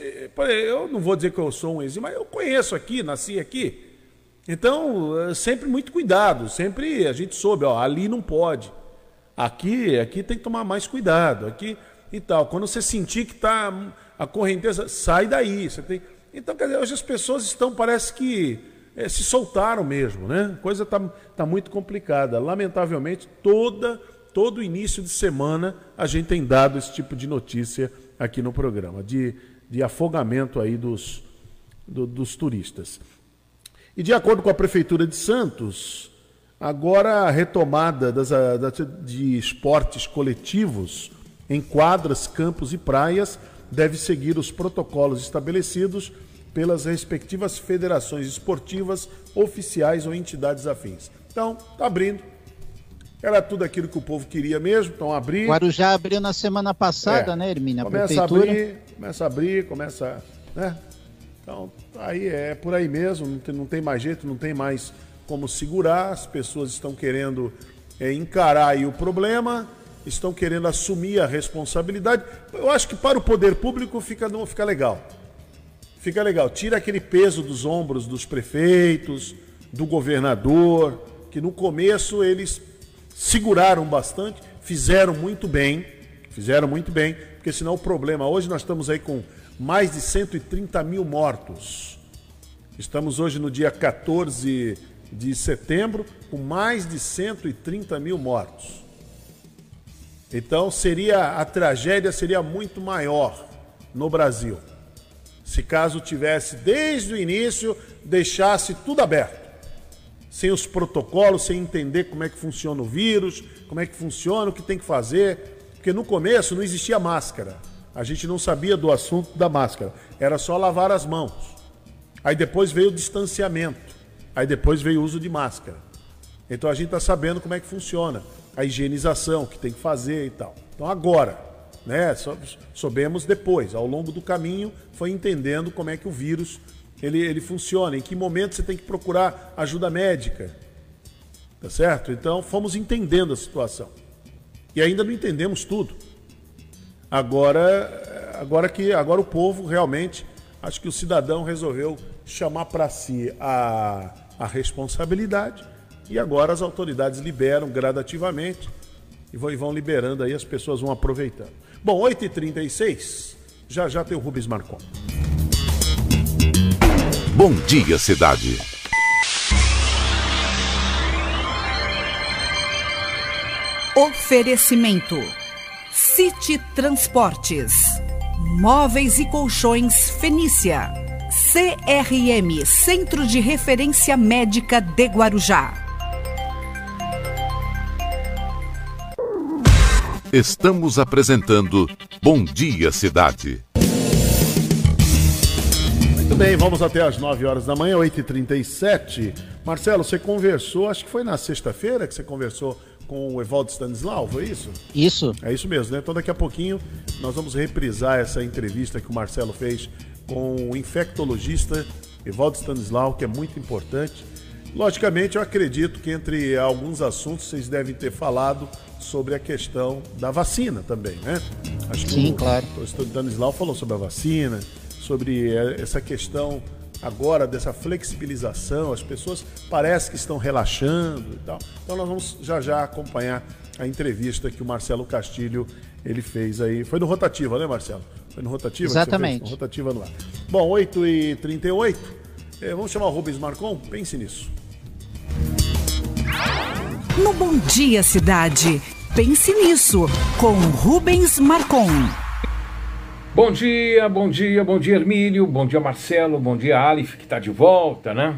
eu não vou dizer que eu sou um exímio, mas eu conheço aqui, nasci aqui. Então, sempre muito cuidado, sempre a gente soube, ó, ali não pode. Aqui, aqui tem que tomar mais cuidado, aqui e tal. Quando você sentir que está a correnteza, sai daí. Você tem... Então, quer dizer, hoje as pessoas estão, parece que é, se soltaram mesmo, né? A coisa está tá muito complicada. Lamentavelmente, toda, todo início de semana a gente tem dado esse tipo de notícia aqui no programa, de, de afogamento aí dos, do, dos turistas. E de acordo com a Prefeitura de Santos, agora a retomada das, das, de esportes coletivos em quadras, campos e praias deve seguir os protocolos estabelecidos pelas respectivas federações esportivas oficiais ou entidades afins. Então, está abrindo. Era tudo aquilo que o povo queria mesmo, então abrir. Guarujá abriu na semana passada, é. né, Hermínio? A começa prefeitura. a abrir, começa a abrir, começa, né? Então, aí é por aí mesmo, não tem, não tem mais jeito, não tem mais como segurar, as pessoas estão querendo é, encarar aí o problema, estão querendo assumir a responsabilidade. Eu acho que para o poder público fica, não, fica legal. Fica legal, tira aquele peso dos ombros dos prefeitos, do governador, que no começo eles seguraram bastante, fizeram muito bem, fizeram muito bem, porque senão o problema, hoje nós estamos aí com mais de cento e trinta mil mortos. Estamos hoje no dia quatorze de setembro, com mais de cento e trinta mil mortos. Então, seria, a tragédia seria muito maior no Brasil, se caso tivesse, desde o início, deixasse tudo aberto, sem os protocolos, sem entender como é que funciona o vírus, como é que funciona, o que tem que fazer, porque no começo não existia máscara, a gente não sabia do assunto da máscara, era só lavar as mãos. Aí depois veio o distanciamento, aí depois veio o uso de máscara. Então a gente está sabendo como é que funciona, a higienização, o que tem que fazer e tal. Então agora, né, soubemos depois, ao longo do caminho, foi entendendo como é que o vírus ele, ele funciona, em que momento você tem que procurar ajuda médica, tá certo? Então fomos entendendo a situação. E ainda não entendemos tudo. Agora, agora, que, agora o povo realmente, acho que o cidadão resolveu chamar para si a, a responsabilidade e agora as autoridades liberam gradativamente e vão, e vão liberando aí, as pessoas vão aproveitando. Bom, oito e trinta e seis, já já tem o Rubens Marcon. Bom dia, cidade. Oferecimento City Transportes, Móveis e Colchões Fenícia, C R M, Centro de Referência Médica de Guarujá. Estamos apresentando Bom Dia Cidade. Muito bem, vamos até às nove horas da manhã, oito e trinta e sete. Marcelo, você conversou, acho que foi na sexta-feira que você conversou com o Evaldo Stanislau, foi isso? Isso. É isso mesmo, né? Então daqui a pouquinho nós vamos reprisar essa entrevista que o Marcelo fez com o infectologista Evaldo Stanislau, que é muito importante. Logicamente, eu acredito que entre alguns assuntos vocês devem ter falado sobre a questão da vacina também, né? Acho que Sim, o, claro. O Stanislau falou sobre a vacina, sobre essa questão agora dessa flexibilização, as pessoas parecem que estão relaxando e tal. Então nós vamos já já acompanhar a entrevista que o Marcelo Castilho ele fez aí. Foi no Rotativa, né, Marcelo? Foi no Rotativa? Exatamente. Que você fez? No Rotativa no ar. Bom, oito e trinta e oito. É, vamos chamar o Rubens Marcon? Pense nisso. No Bom Dia Cidade, pense nisso, com Rubens Marcon. Bom dia, bom dia, bom dia Hermílio, bom dia Marcelo, bom dia Aleph, que está de volta, né?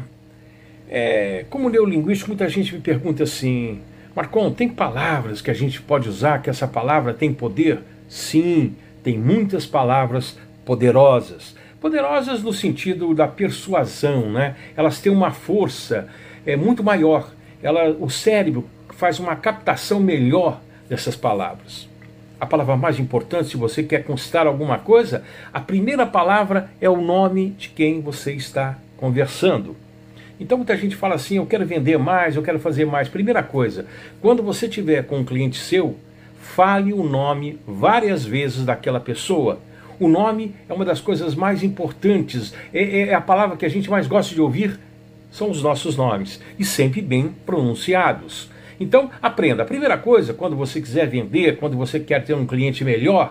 É, como neurolinguístico, muita gente me pergunta assim, Marcon, tem palavras que a gente pode usar, que essa palavra tem poder? Sim, tem muitas palavras poderosas. Poderosas no sentido da persuasão, né? Elas têm uma força é, muito maior. Ela, o cérebro faz uma captação melhor dessas palavras. A palavra mais importante, se você quer conquistar alguma coisa, a primeira palavra é o nome de quem você está conversando. Então muita gente fala assim, eu quero vender mais, eu quero fazer mais. Primeira coisa, quando você tiver com um cliente seu, fale o nome várias vezes daquela pessoa. O nome é uma das coisas mais importantes, é, é a palavra que a gente mais gosta de ouvir, são os nossos nomes, e sempre bem pronunciados. Então, aprenda. A primeira coisa, quando você quiser vender, quando você quer ter um cliente melhor,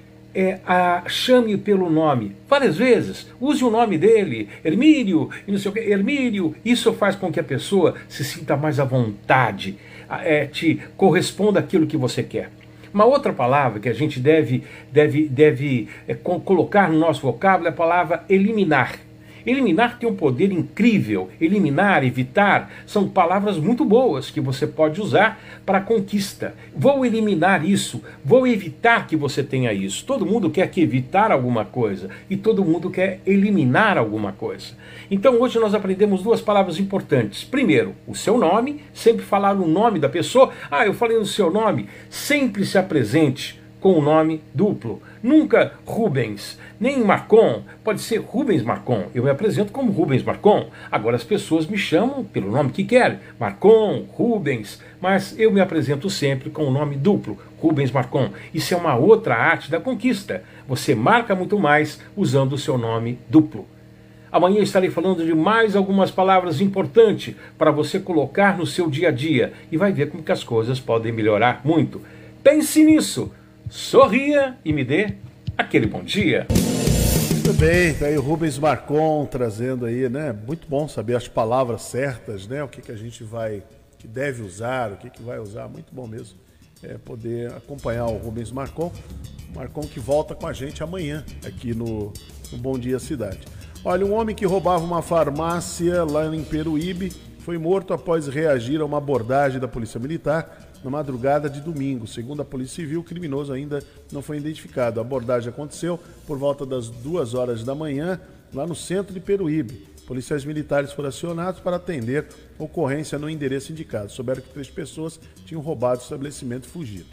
é a, chame pelo nome. Várias vezes. Use o nome dele. Hermílio, e não sei o que. Hermílio. Isso faz com que a pessoa se sinta mais à vontade. É, te corresponda àquilo que você quer. Uma outra palavra que a gente deve, deve, deve é, colocar no nosso vocábulo é a palavra eliminar. Eliminar tem um poder incrível. Eliminar, evitar, são palavras muito boas que você pode usar para a conquista. Vou eliminar isso, vou evitar que você tenha isso. Todo mundo quer que evitar alguma coisa e todo mundo quer eliminar alguma coisa. Então hoje nós aprendemos duas palavras importantes. Primeiro, o seu nome, sempre falar o nome da pessoa. Ah, eu falei no seu nome. Sempre se apresente com o nome duplo. Nunca Rubens, nem Marcon, pode ser Rubens Marcon. Eu me apresento como Rubens Marcon. Agora as pessoas me chamam pelo nome que querem, Marcon, Rubens, mas eu me apresento sempre com o nome duplo, Rubens Marcon. Isso é uma outra arte da conquista. Você marca muito mais usando o seu nome duplo. Amanhã estarei falando de mais algumas palavras importantes para você colocar no seu dia a dia e vai ver como que as coisas podem melhorar muito. Pense nisso. Sorria e me dê aquele bom dia. Muito bem, tá aí o Rubens Marcon trazendo aí, né? Muito bom saber as palavras certas, né? O que, que a gente vai, que deve usar, o que, que vai usar, muito bom mesmo. É poder acompanhar o Rubens Marcon, Marcon que volta com a gente amanhã aqui no, no Bom Dia Cidade. Olha, um homem que roubava uma farmácia lá em Peruíbe foi morto após reagir a uma abordagem da Polícia Militar na madrugada de domingo. Segundo a Polícia Civil, o criminoso ainda não foi identificado. A abordagem aconteceu por volta das duas horas da manhã, lá no centro de Peruíbe. Policiais militares foram acionados para atender a ocorrência no endereço indicado. Souberam que três pessoas tinham roubado o estabelecimento e fugido.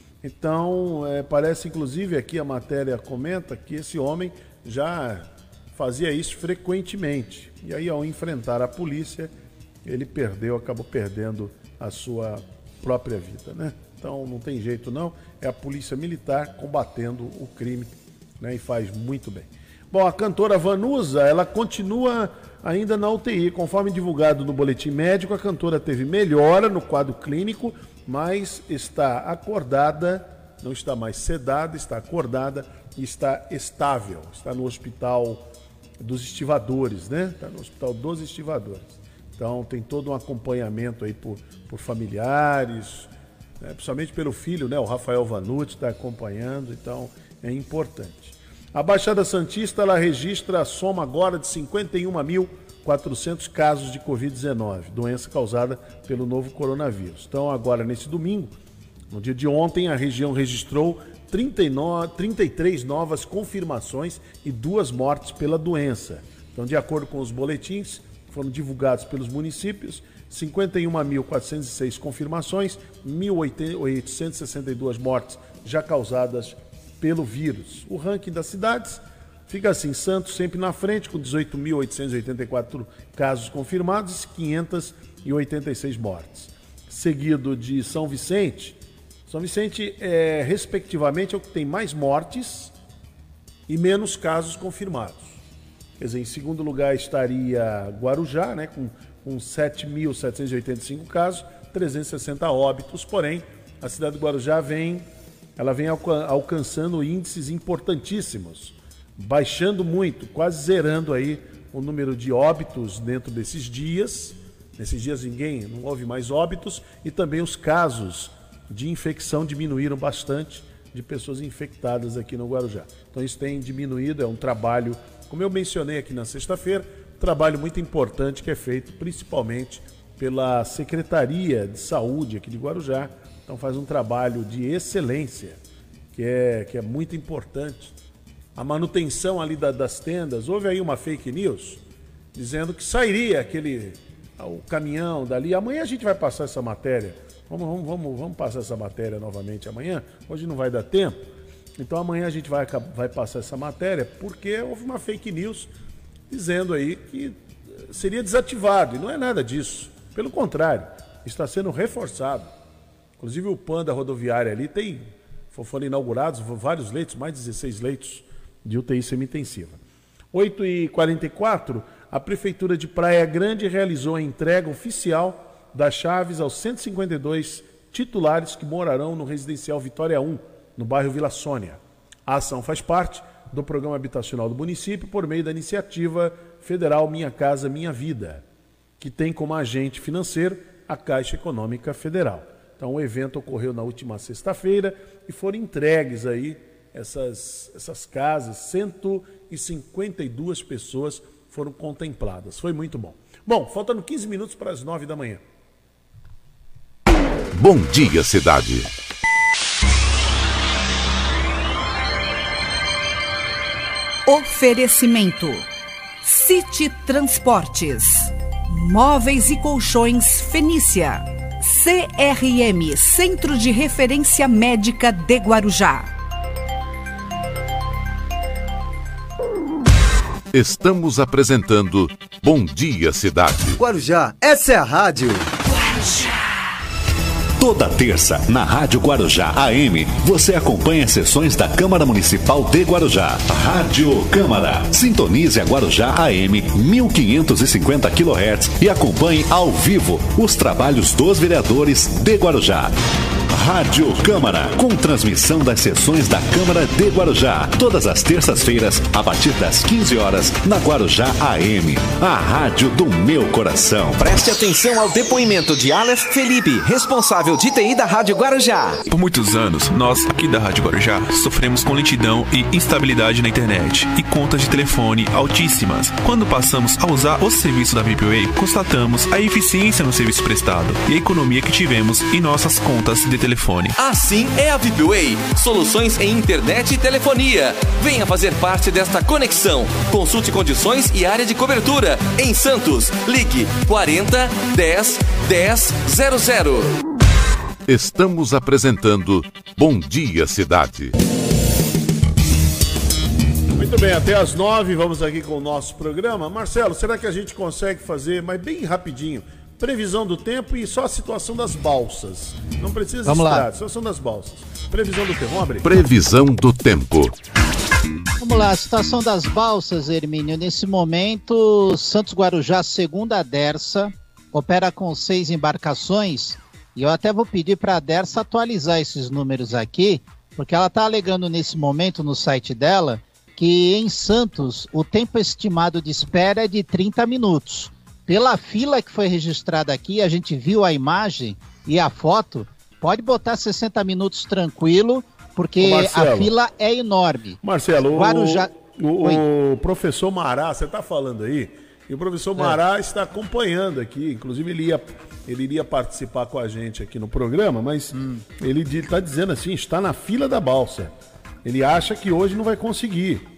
Então, é, parece, inclusive, aqui a matéria comenta que esse homem já fazia isso frequentemente. E aí, ao enfrentar a polícia, ele perdeu, acabou perdendo a sua própria vida, né? Então não tem jeito não, é a polícia militar combatendo o crime, né? E faz muito bem. Bom, a cantora Vanusa, ela continua ainda na U T I, conforme divulgado no boletim médico, a cantora teve melhora no quadro clínico, mas está acordada, não está mais sedada, está acordada e está estável, está no hospital dos estivadores, né? Está no hospital dos estivadores. Então tem todo um acompanhamento aí por, por familiares, né? Principalmente pelo filho, né? O Rafael Vanucci está acompanhando, então é importante. A Baixada Santista, ela registra a soma agora de cinquenta e um mil quatrocentos casos de covid dezenove, doença causada pelo novo coronavírus. Então agora nesse domingo, no dia de ontem, a região registrou trinta e nove, trinta e três novas confirmações e duas mortes pela doença. Então, de acordo com os boletins que foram divulgados pelos municípios, cinquenta e uma mil quatrocentas e seis confirmações, mil oitocentas e sessenta e duas mortes já causadas pelo vírus. O ranking das cidades fica assim: Santos sempre na frente, com dezoito mil oitocentos e oitenta e quatro casos confirmados e quinhentas e oitenta e seis mortes. Seguido de São Vicente. São Vicente, é, respectivamente, é o que tem mais mortes e menos casos confirmados. Quer dizer, em segundo lugar estaria Guarujá, né, com, com sete mil setecentos e oitenta e cinco casos, trezentos e sessenta óbitos, porém, a cidade de Guarujá vem, ela vem alca- alcançando índices importantíssimos, baixando muito, quase zerando aí o número de óbitos dentro desses dias. Nesses dias ninguém, não houve mais óbitos, e também os casos de infecção diminuíram bastante, de pessoas infectadas aqui no Guarujá. Então isso tem diminuído, é um trabalho, como eu mencionei aqui na sexta-feira, um trabalho muito importante que é feito principalmente pela Secretaria de Saúde aqui de Guarujá. Então faz um trabalho de excelência, que é, que é muito importante. A manutenção ali da, das tendas, houve aí uma fake news dizendo que sairia aquele o caminhão dali. Amanhã a gente vai passar essa matéria. Vamos, vamos, vamos, vamos passar essa matéria novamente amanhã. Hoje não vai dar tempo. Então amanhã a gente vai, vai passar essa matéria porque houve uma fake news dizendo aí que seria desativado. E não é nada disso. Pelo contrário, está sendo reforçado. Inclusive o P A N da rodoviária ali tem, foram inaugurados vários leitos, mais de dezesseis leitos de U T I semi-intensiva. oito e quarenta e quatro, a Prefeitura de Praia Grande realizou a entrega oficial das chaves aos cento e cinquenta e dois titulares que morarão no Residencial Vitória um, no bairro Vila Sônia. A ação faz parte do Programa Habitacional do município por meio da iniciativa federal Minha Casa Minha Vida, que tem como agente financeiro a Caixa Econômica Federal. Então o evento ocorreu na última sexta-feira e foram entregues aí essas, essas casas, cento e cinquenta e duas pessoas foram contempladas. Foi muito bom. Bom, faltando quinze minutos para as nove da manhã. Bom dia, cidade. Oferecimento: City Transportes, Móveis e Colchões Fenícia, C R M, Centro de Referência Médica de Guarujá. Estamos apresentando Bom Dia Cidade. Guarujá, essa é a rádio. Guarujá. Toda terça, na Rádio Guarujá A M, você acompanha as sessões da Câmara Municipal de Guarujá. Rádio Câmara. Sintonize a Guarujá A M mil quinhentos e cinquenta quilohertz e acompanhe ao vivo os trabalhos dos vereadores de Guarujá. Rádio Câmara, com transmissão das sessões da Câmara de Guarujá, todas as terças-feiras, a partir das quinze horas, na Guarujá A M, a rádio do meu coração. Preste atenção ao depoimento de Aleph Felipe, responsável de T I da Rádio Guarujá. Por muitos anos, nós aqui da Rádio Guarujá sofremos com lentidão e instabilidade na internet e contas de telefone altíssimas. Quando passamos a usar o serviço da ViPway, constatamos a eficiência no serviço prestado e a economia que tivemos em nossas contas de telefone. Assim é a ViPway, soluções em internet e telefonia. Venha fazer parte desta conexão. Consulte condições e área de cobertura. Em Santos, ligue quarenta, dez, dez, zero zero. Estamos apresentando Bom Dia Cidade. Muito bem, até às nove vamos aqui com o nosso programa. Marcelo, será que a gente consegue fazer, mas bem rapidinho, previsão do tempo e só a situação das balsas? Não precisa Vamos estar, lá. a situação das balsas. Previsão do tempo, vamos abrir. Previsão do tempo. Vamos lá, a situação das balsas, Hermínio. Nesse momento, Santos Guarujá, segunda Dersa, opera com seis embarcações. E eu até vou pedir para a Dersa atualizar esses números aqui, porque ela está alegando nesse momento no site dela que em Santos o tempo estimado de espera é de trinta minutos. Pela fila que foi registrada aqui, a gente viu a imagem e a foto, pode botar sessenta minutos tranquilo, porque a fila é enorme. Marcelo, Guarujá... o, o, o professor Mará, você está falando aí, e o professor Mará é. está acompanhando aqui, inclusive ele, ia, ele iria participar com a gente aqui no programa, mas hum. ele está dizendo assim, está na fila da balsa. Ele acha que hoje não vai conseguir.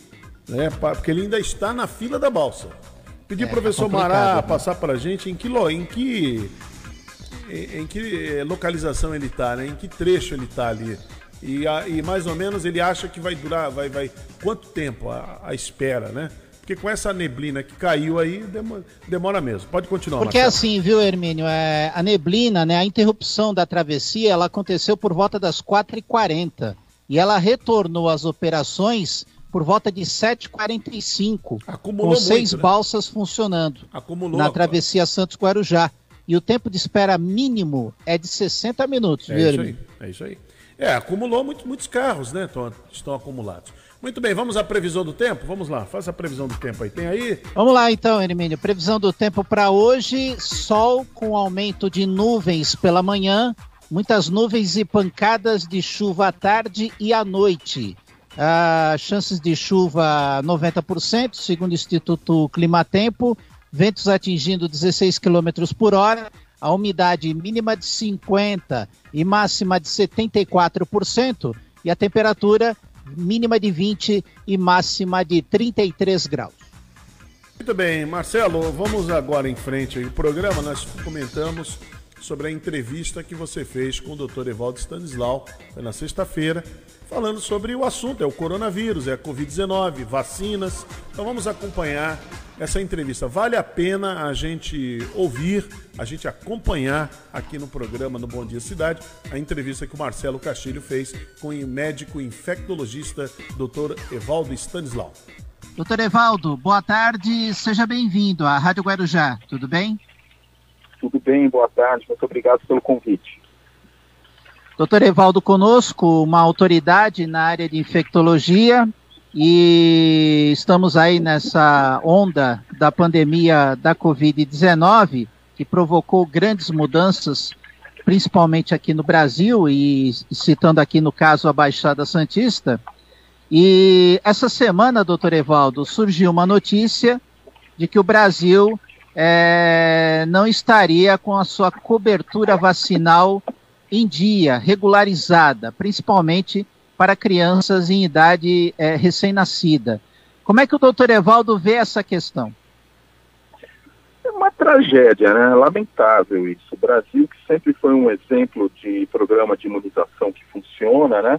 né? Porque ele ainda está na fila da balsa. Pedi ao É, professor tá Mará né? passar para a gente em que, lo- em que, em, em que localização ele está, né? Em que trecho ele está ali. E, a- e mais ou menos ele acha que vai durar, vai, vai quanto tempo a, a espera, né? Porque com essa neblina que caiu aí, demora, demora mesmo. Pode continuar, Porque Marcelo. assim, viu, Hermínio, é, a neblina, né, a interrupção da travessia, ela aconteceu por volta das quatro e quarenta e ela retornou às operações por volta de sete e quarenta e cinco, Acumulou com seis muito, né? balsas funcionando Acumulou. na travessia Santos-Guarujá. E o tempo de espera mínimo é de sessenta minutos, É viu, isso aí, Hermínio? é isso aí. É, acumulou muito, muitos carros, né? Estão, estão acumulados. Muito bem, vamos à previsão do tempo? Vamos lá, faça a previsão do tempo aí. Tem aí? Vamos lá então, Hermínio. Previsão do tempo para hoje: sol com aumento de nuvens pela manhã, muitas nuvens e pancadas de chuva à tarde e à noite. Ah, chances de chuva noventa por cento, segundo o Instituto Climatempo, ventos atingindo dezesseis quilômetros por hora, a umidade mínima de cinquenta por cento e máxima de setenta e quatro por cento, e a temperatura mínima de vinte e máxima de trinta e três graus. Muito bem, Marcelo, vamos agora em frente aí. O programa, nós comentamos sobre a entrevista que você fez com o doutor Evaldo Stanislau, foi na sexta-feira, falando sobre o assunto, é o coronavírus, é a covid dezenove, vacinas. Então vamos acompanhar essa entrevista. Vale a pena a gente ouvir, a gente acompanhar aqui no programa no Bom Dia Cidade, a entrevista que o Marcelo Castilho fez com o médico infectologista doutor Evaldo Stanislau. Doutor Evaldo, boa tarde, seja bem-vindo à Rádio Guarujá, tudo bem? Tudo bem, boa tarde, muito obrigado pelo convite. Doutor Evaldo conosco, uma autoridade na área de infectologia, e estamos aí nessa onda da pandemia da covid dezenove, que provocou grandes mudanças, principalmente aqui no Brasil, e citando aqui no caso a Baixada Santista. E essa semana, doutor Evaldo, surgiu uma notícia de que o Brasil é, não estaria com a sua cobertura vacinal em dia, regularizada, principalmente para crianças em idade é, recém-nascida. Como é que o doutor Evaldo vê essa questão? É uma tragédia, né? Lamentável isso. O Brasil, que sempre foi um exemplo de programa de imunização que funciona, né?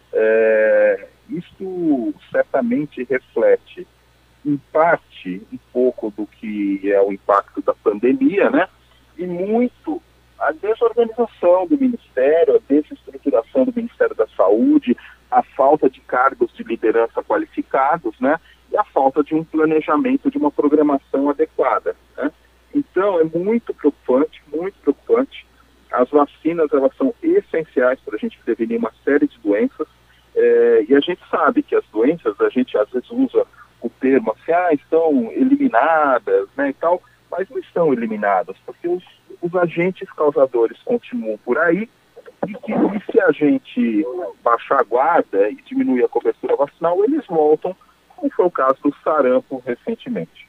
É, isso certamente reflete, em parte, um pouco do que é o impacto da pandemia, né? E muito a desorganização do Ministério, a desestruturação do Ministério da Saúde, a falta de cargos de liderança qualificados, né? E a falta de um planejamento, de uma programação adequada, né? Então, é muito preocupante, muito preocupante. As vacinas, elas são essenciais para a gente prevenir uma série de doenças, é, e a gente sabe que as doenças, a gente às vezes usa o termo assim, ah, estão eliminadas, né, e tal, mas não estão eliminadas, porque os, os agentes causadores continuam por aí, e que e se a gente baixar a guarda e diminuir a cobertura vacinal, eles voltam, como foi o caso do sarampo recentemente.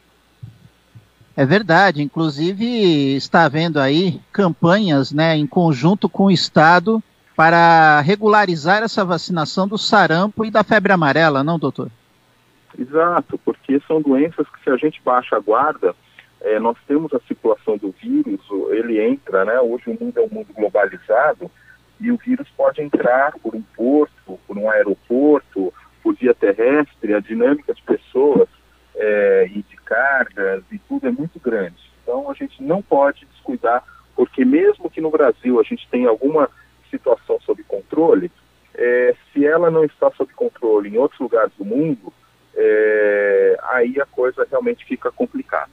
É verdade, inclusive está havendo aí campanhas, né, em conjunto com o Estado para regularizar essa vacinação do sarampo e da febre amarela, não, doutor? Exato, porque são doenças que se a gente baixa a guarda, é, nós temos a circulação do vírus, ele entra, né, hoje o mundo é um mundo globalizado, e o vírus pode entrar por um porto, por um aeroporto, por via terrestre, a dinâmica de pessoas é, e de cargas e tudo é muito grande. Então a gente não pode descuidar, porque mesmo que no Brasil a gente tenha alguma situação sob controle, é, se ela não está sob controle em outros lugares do mundo, é, aí a coisa realmente fica complicada.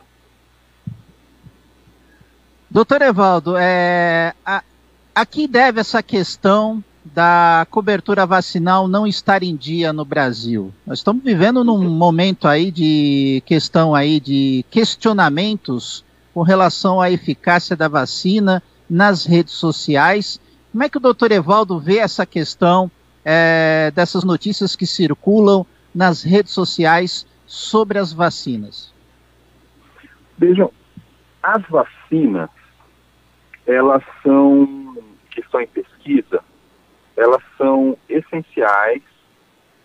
Doutor Evaldo, é, a, a que deve essa questão da cobertura vacinal não estar em dia no Brasil? Nós estamos vivendo num momento aí de questão aí de questionamentos com relação à eficácia da vacina nas redes sociais. Como é que o doutor Evaldo vê essa questão é, dessas notícias que circulam nas redes sociais sobre as vacinas? Vejam, as vacinas, elas são, que estão em pesquisa, elas são essenciais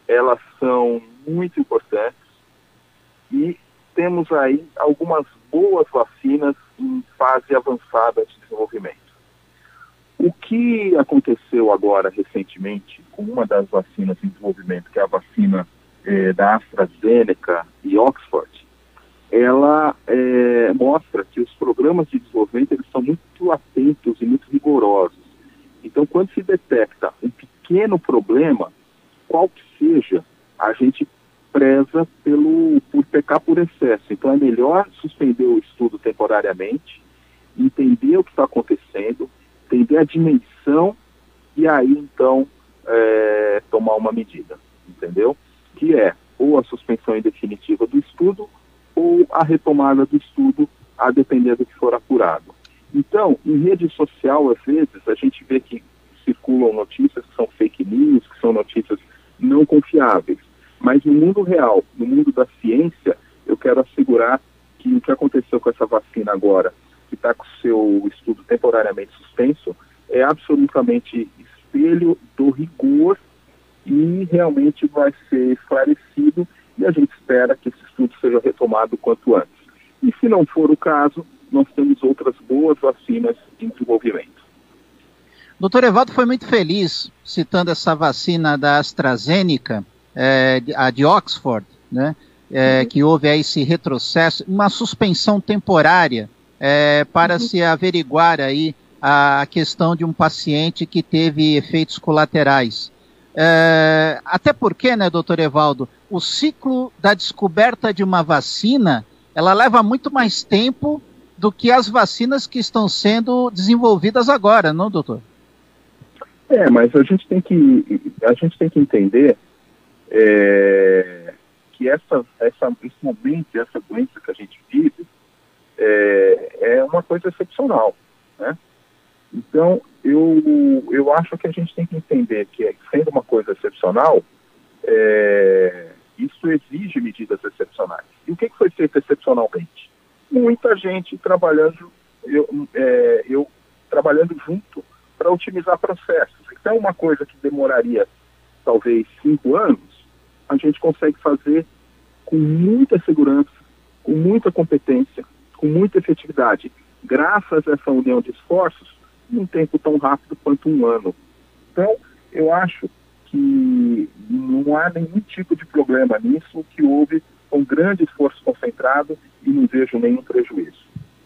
elas são muito importantes e temos aí algumas boas vacinas em fase avançada de desenvolvimento. O que aconteceu agora recentemente com uma das vacinas em desenvolvimento, que é a vacina eh, da AstraZeneca e Oxford, ela eh, mostra que os programas de desenvolvimento eles são muito atentos e muito rigorosos. Então, quando se detecta um pequeno problema, qual que seja, a gente preza pelo, por pecar por excesso. Então, é melhor suspender o estudo temporariamente, entender o que está acontecendo, entender a dimensão e aí, então, é, tomar uma medida, entendeu? Que é ou a suspensão em definitiva do estudo ou a retomada do estudo, a depender do que for apurado. Então, em rede social, às vezes, a gente vê que circulam notícias que são fake news, que são notícias não confiáveis. Mas no mundo real, no mundo da ciência, eu quero assegurar que o que aconteceu com essa vacina agora, que está com o seu estudo temporariamente suspenso, é absolutamente espelho do rigor e realmente vai ser esclarecido e a gente espera que esse estudo seja retomado o quanto antes. E se não for o caso, nós temos outras boas vacinas em desenvolvimento. Doutor Evaldo foi muito feliz citando essa vacina da AstraZeneca, é, a de Oxford, né, é, uhum. que houve aí esse retrocesso, uma suspensão temporária é, para uhum. se averiguar aí a questão de um paciente que teve efeitos colaterais. É, até porque, né, doutor Evaldo, o ciclo da descoberta de uma vacina, ela leva muito mais tempo do que as vacinas que estão sendo desenvolvidas agora, não, doutor? É, mas a gente tem que, a gente tem que entender é, que essa, essa, esse momento, essa doença que a gente vive é, é uma coisa excepcional, né? Então, eu, eu acho que a gente tem que entender que, sendo uma coisa excepcional, é, isso exige medidas excepcionais. E o que, que foi feito excepcionalmente? Muita gente trabalhando, eu, é, eu trabalhando junto para otimizar processos. Então, uma coisa que demoraria talvez cinco anos, a gente consegue fazer com muita segurança, com muita competência, com muita efetividade, graças a essa união de esforços, em um tempo tão rápido quanto um ano. Então, eu acho que não há nenhum tipo de problema nisso, que houve um grande esforço concentrado e não vejo nenhum prejuízo.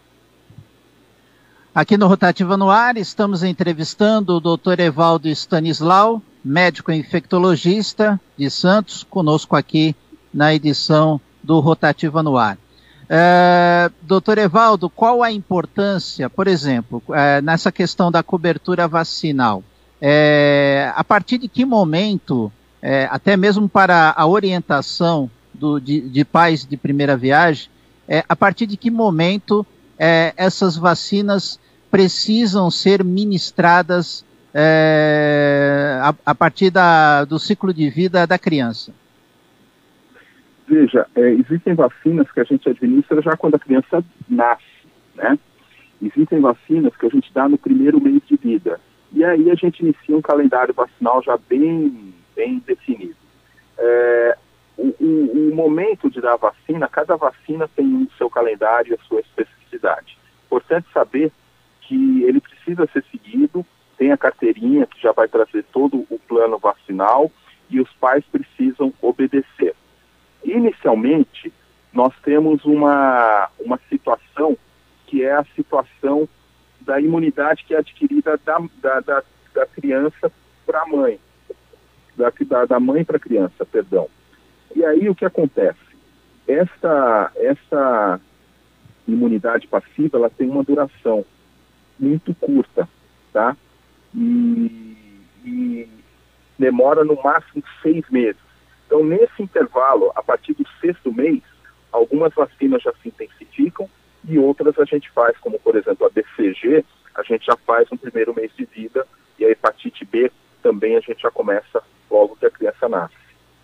Aqui no Rotativa no Ar, estamos entrevistando o doutor Evaldo Stanislau, médico infectologista de Santos, conosco aqui na edição do Rotativa no Ar. É, doutor Evaldo, qual a importância, por exemplo, é, nessa questão da cobertura vacinal? É, a partir de que momento, é, até mesmo para a orientação do, de, de pais de primeira viagem, é, a partir de que momento é, essas vacinas precisam ser ministradas é, a, a partir da, do ciclo de vida da criança? Veja, é, existem vacinas que a gente administra já quando a criança nasce, né? Existem vacinas que a gente dá no primeiro mês de vida. E aí a gente inicia um calendário vacinal já bem, bem definido. É, o, o, o momento de dar a vacina, cada vacina tem o seu calendário e a sua especificidade. Importante saber que ele precisa ser seguido, tem a carteirinha que já vai trazer todo o plano vacinal e os pais precisam obedecer. Inicialmente, nós temos uma, uma situação que é a situação da imunidade que é adquirida da, da, da, da criança para a mãe, da, da, da mãe para a criança, perdão. E aí o que acontece? Essa, essa imunidade passiva, ela tem uma duração muito curta, tá? E, e demora no máximo seis meses. Então, nesse intervalo, a partir do sexto mês, algumas vacinas já se intensificam e outras a gente faz, como, por exemplo, a B C G, a gente já faz no primeiro mês de vida, e a hepatite B também a gente já começa logo que a criança nasce.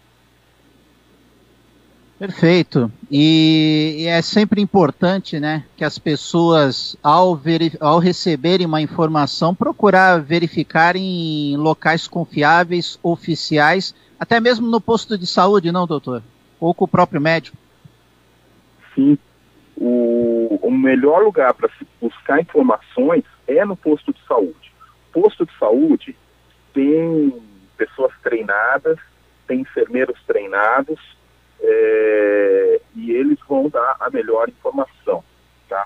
Perfeito. E, e é sempre importante, né, que as pessoas, ao, veri- ao receberem uma informação, procurar verificar em locais confiáveis, oficiais, Até mesmo no posto de saúde, não, doutor? Ou com o próprio médico? Sim. O, o melhor lugar para se buscar informações é no posto de saúde. Posto de saúde tem pessoas treinadas, tem enfermeiros treinados, é, e eles vão dar a melhor informação, tá?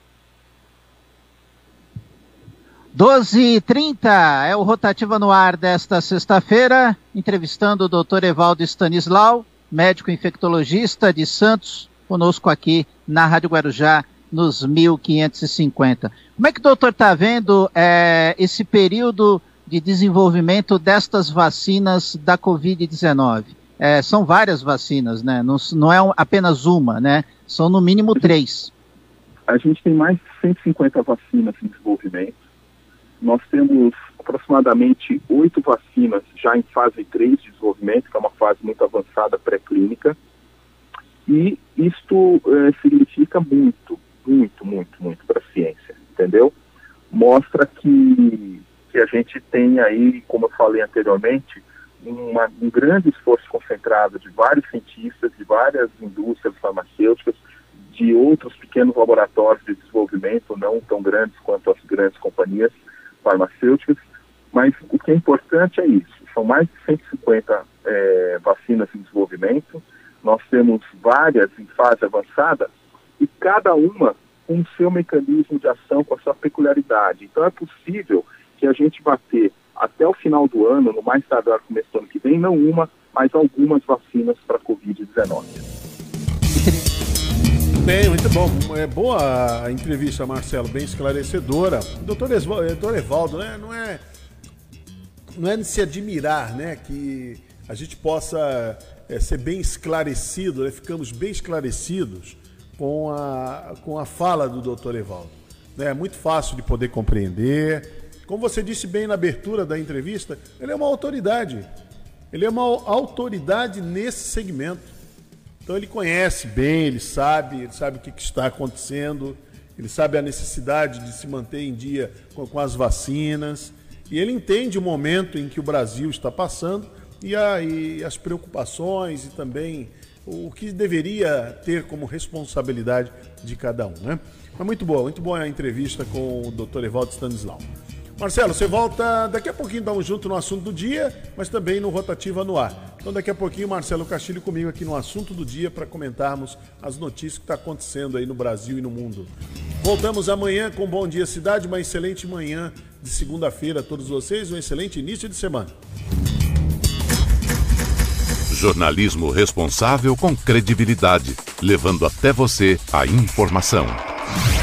doze e trinta é o Rotativa no ar desta sexta-feira, entrevistando o doutor Evaldo Stanislau, médico infectologista de Santos, conosco aqui na Rádio Guarujá, nos mil quinhentos e cinquenta. Como é que o doutor está vendo é, esse período de desenvolvimento destas vacinas da covid dezenove? É, são várias vacinas, né? Não, não é um, apenas uma, né? São no mínimo três. A gente tem mais de cento e cinquenta vacinas em desenvolvimento. Nós temos aproximadamente oito vacinas já em fase três de desenvolvimento, que é uma fase muito avançada pré-clínica. E isto é, significa muito, muito, muito, muito para a ciência, entendeu? Mostra que, que a gente tem aí, como eu falei anteriormente, uma, um grande esforço concentrado de vários cientistas, de várias indústrias farmacêuticas, de outros pequenos laboratórios de desenvolvimento, não tão grandes quanto as grandes companhias farmacêuticas, mas o que é importante é isso. São mais de cento e cinquenta é, vacinas em desenvolvimento, nós temos várias em fase avançada e cada uma com o seu mecanismo de ação, com a sua peculiaridade. Então é possível que a gente vá ter até o final do ano, no mais tardar começo do ano que vem, não uma, mas algumas vacinas para a covid dezenove. Bem, muito bom. É boa a entrevista, Marcelo, bem esclarecedora. Doutor Evaldo, né, não é, não é de se admirar, né, que a gente possa é, ser bem esclarecido, né, ficamos bem esclarecidos com a, com a fala do doutor Evaldo. É muito fácil de poder compreender. Como você disse bem na abertura da entrevista, ele é uma autoridade. Ele é uma autoridade nesse segmento. Então ele conhece bem, ele sabe, ele sabe o que, que está acontecendo, ele sabe a necessidade de se manter em dia com, com as vacinas, e ele entende o momento em que o Brasil está passando e, a, e as preocupações e também o que deveria ter como responsabilidade de cada um, né? Mas muito boa, muito boa a entrevista com o doutor Evaldo Stanislau. Marcelo, você volta daqui a pouquinho, estamos junto no assunto do dia, mas também no Rotativa no ar. Então daqui a pouquinho o Marcelo Castilho comigo aqui no assunto do dia para comentarmos as notícias que estão acontecendo aí no Brasil e no mundo. Voltamos amanhã com Bom Dia Cidade, uma excelente manhã de segunda-feira a todos vocês, um excelente início de semana. Jornalismo responsável com credibilidade, levando até você a informação.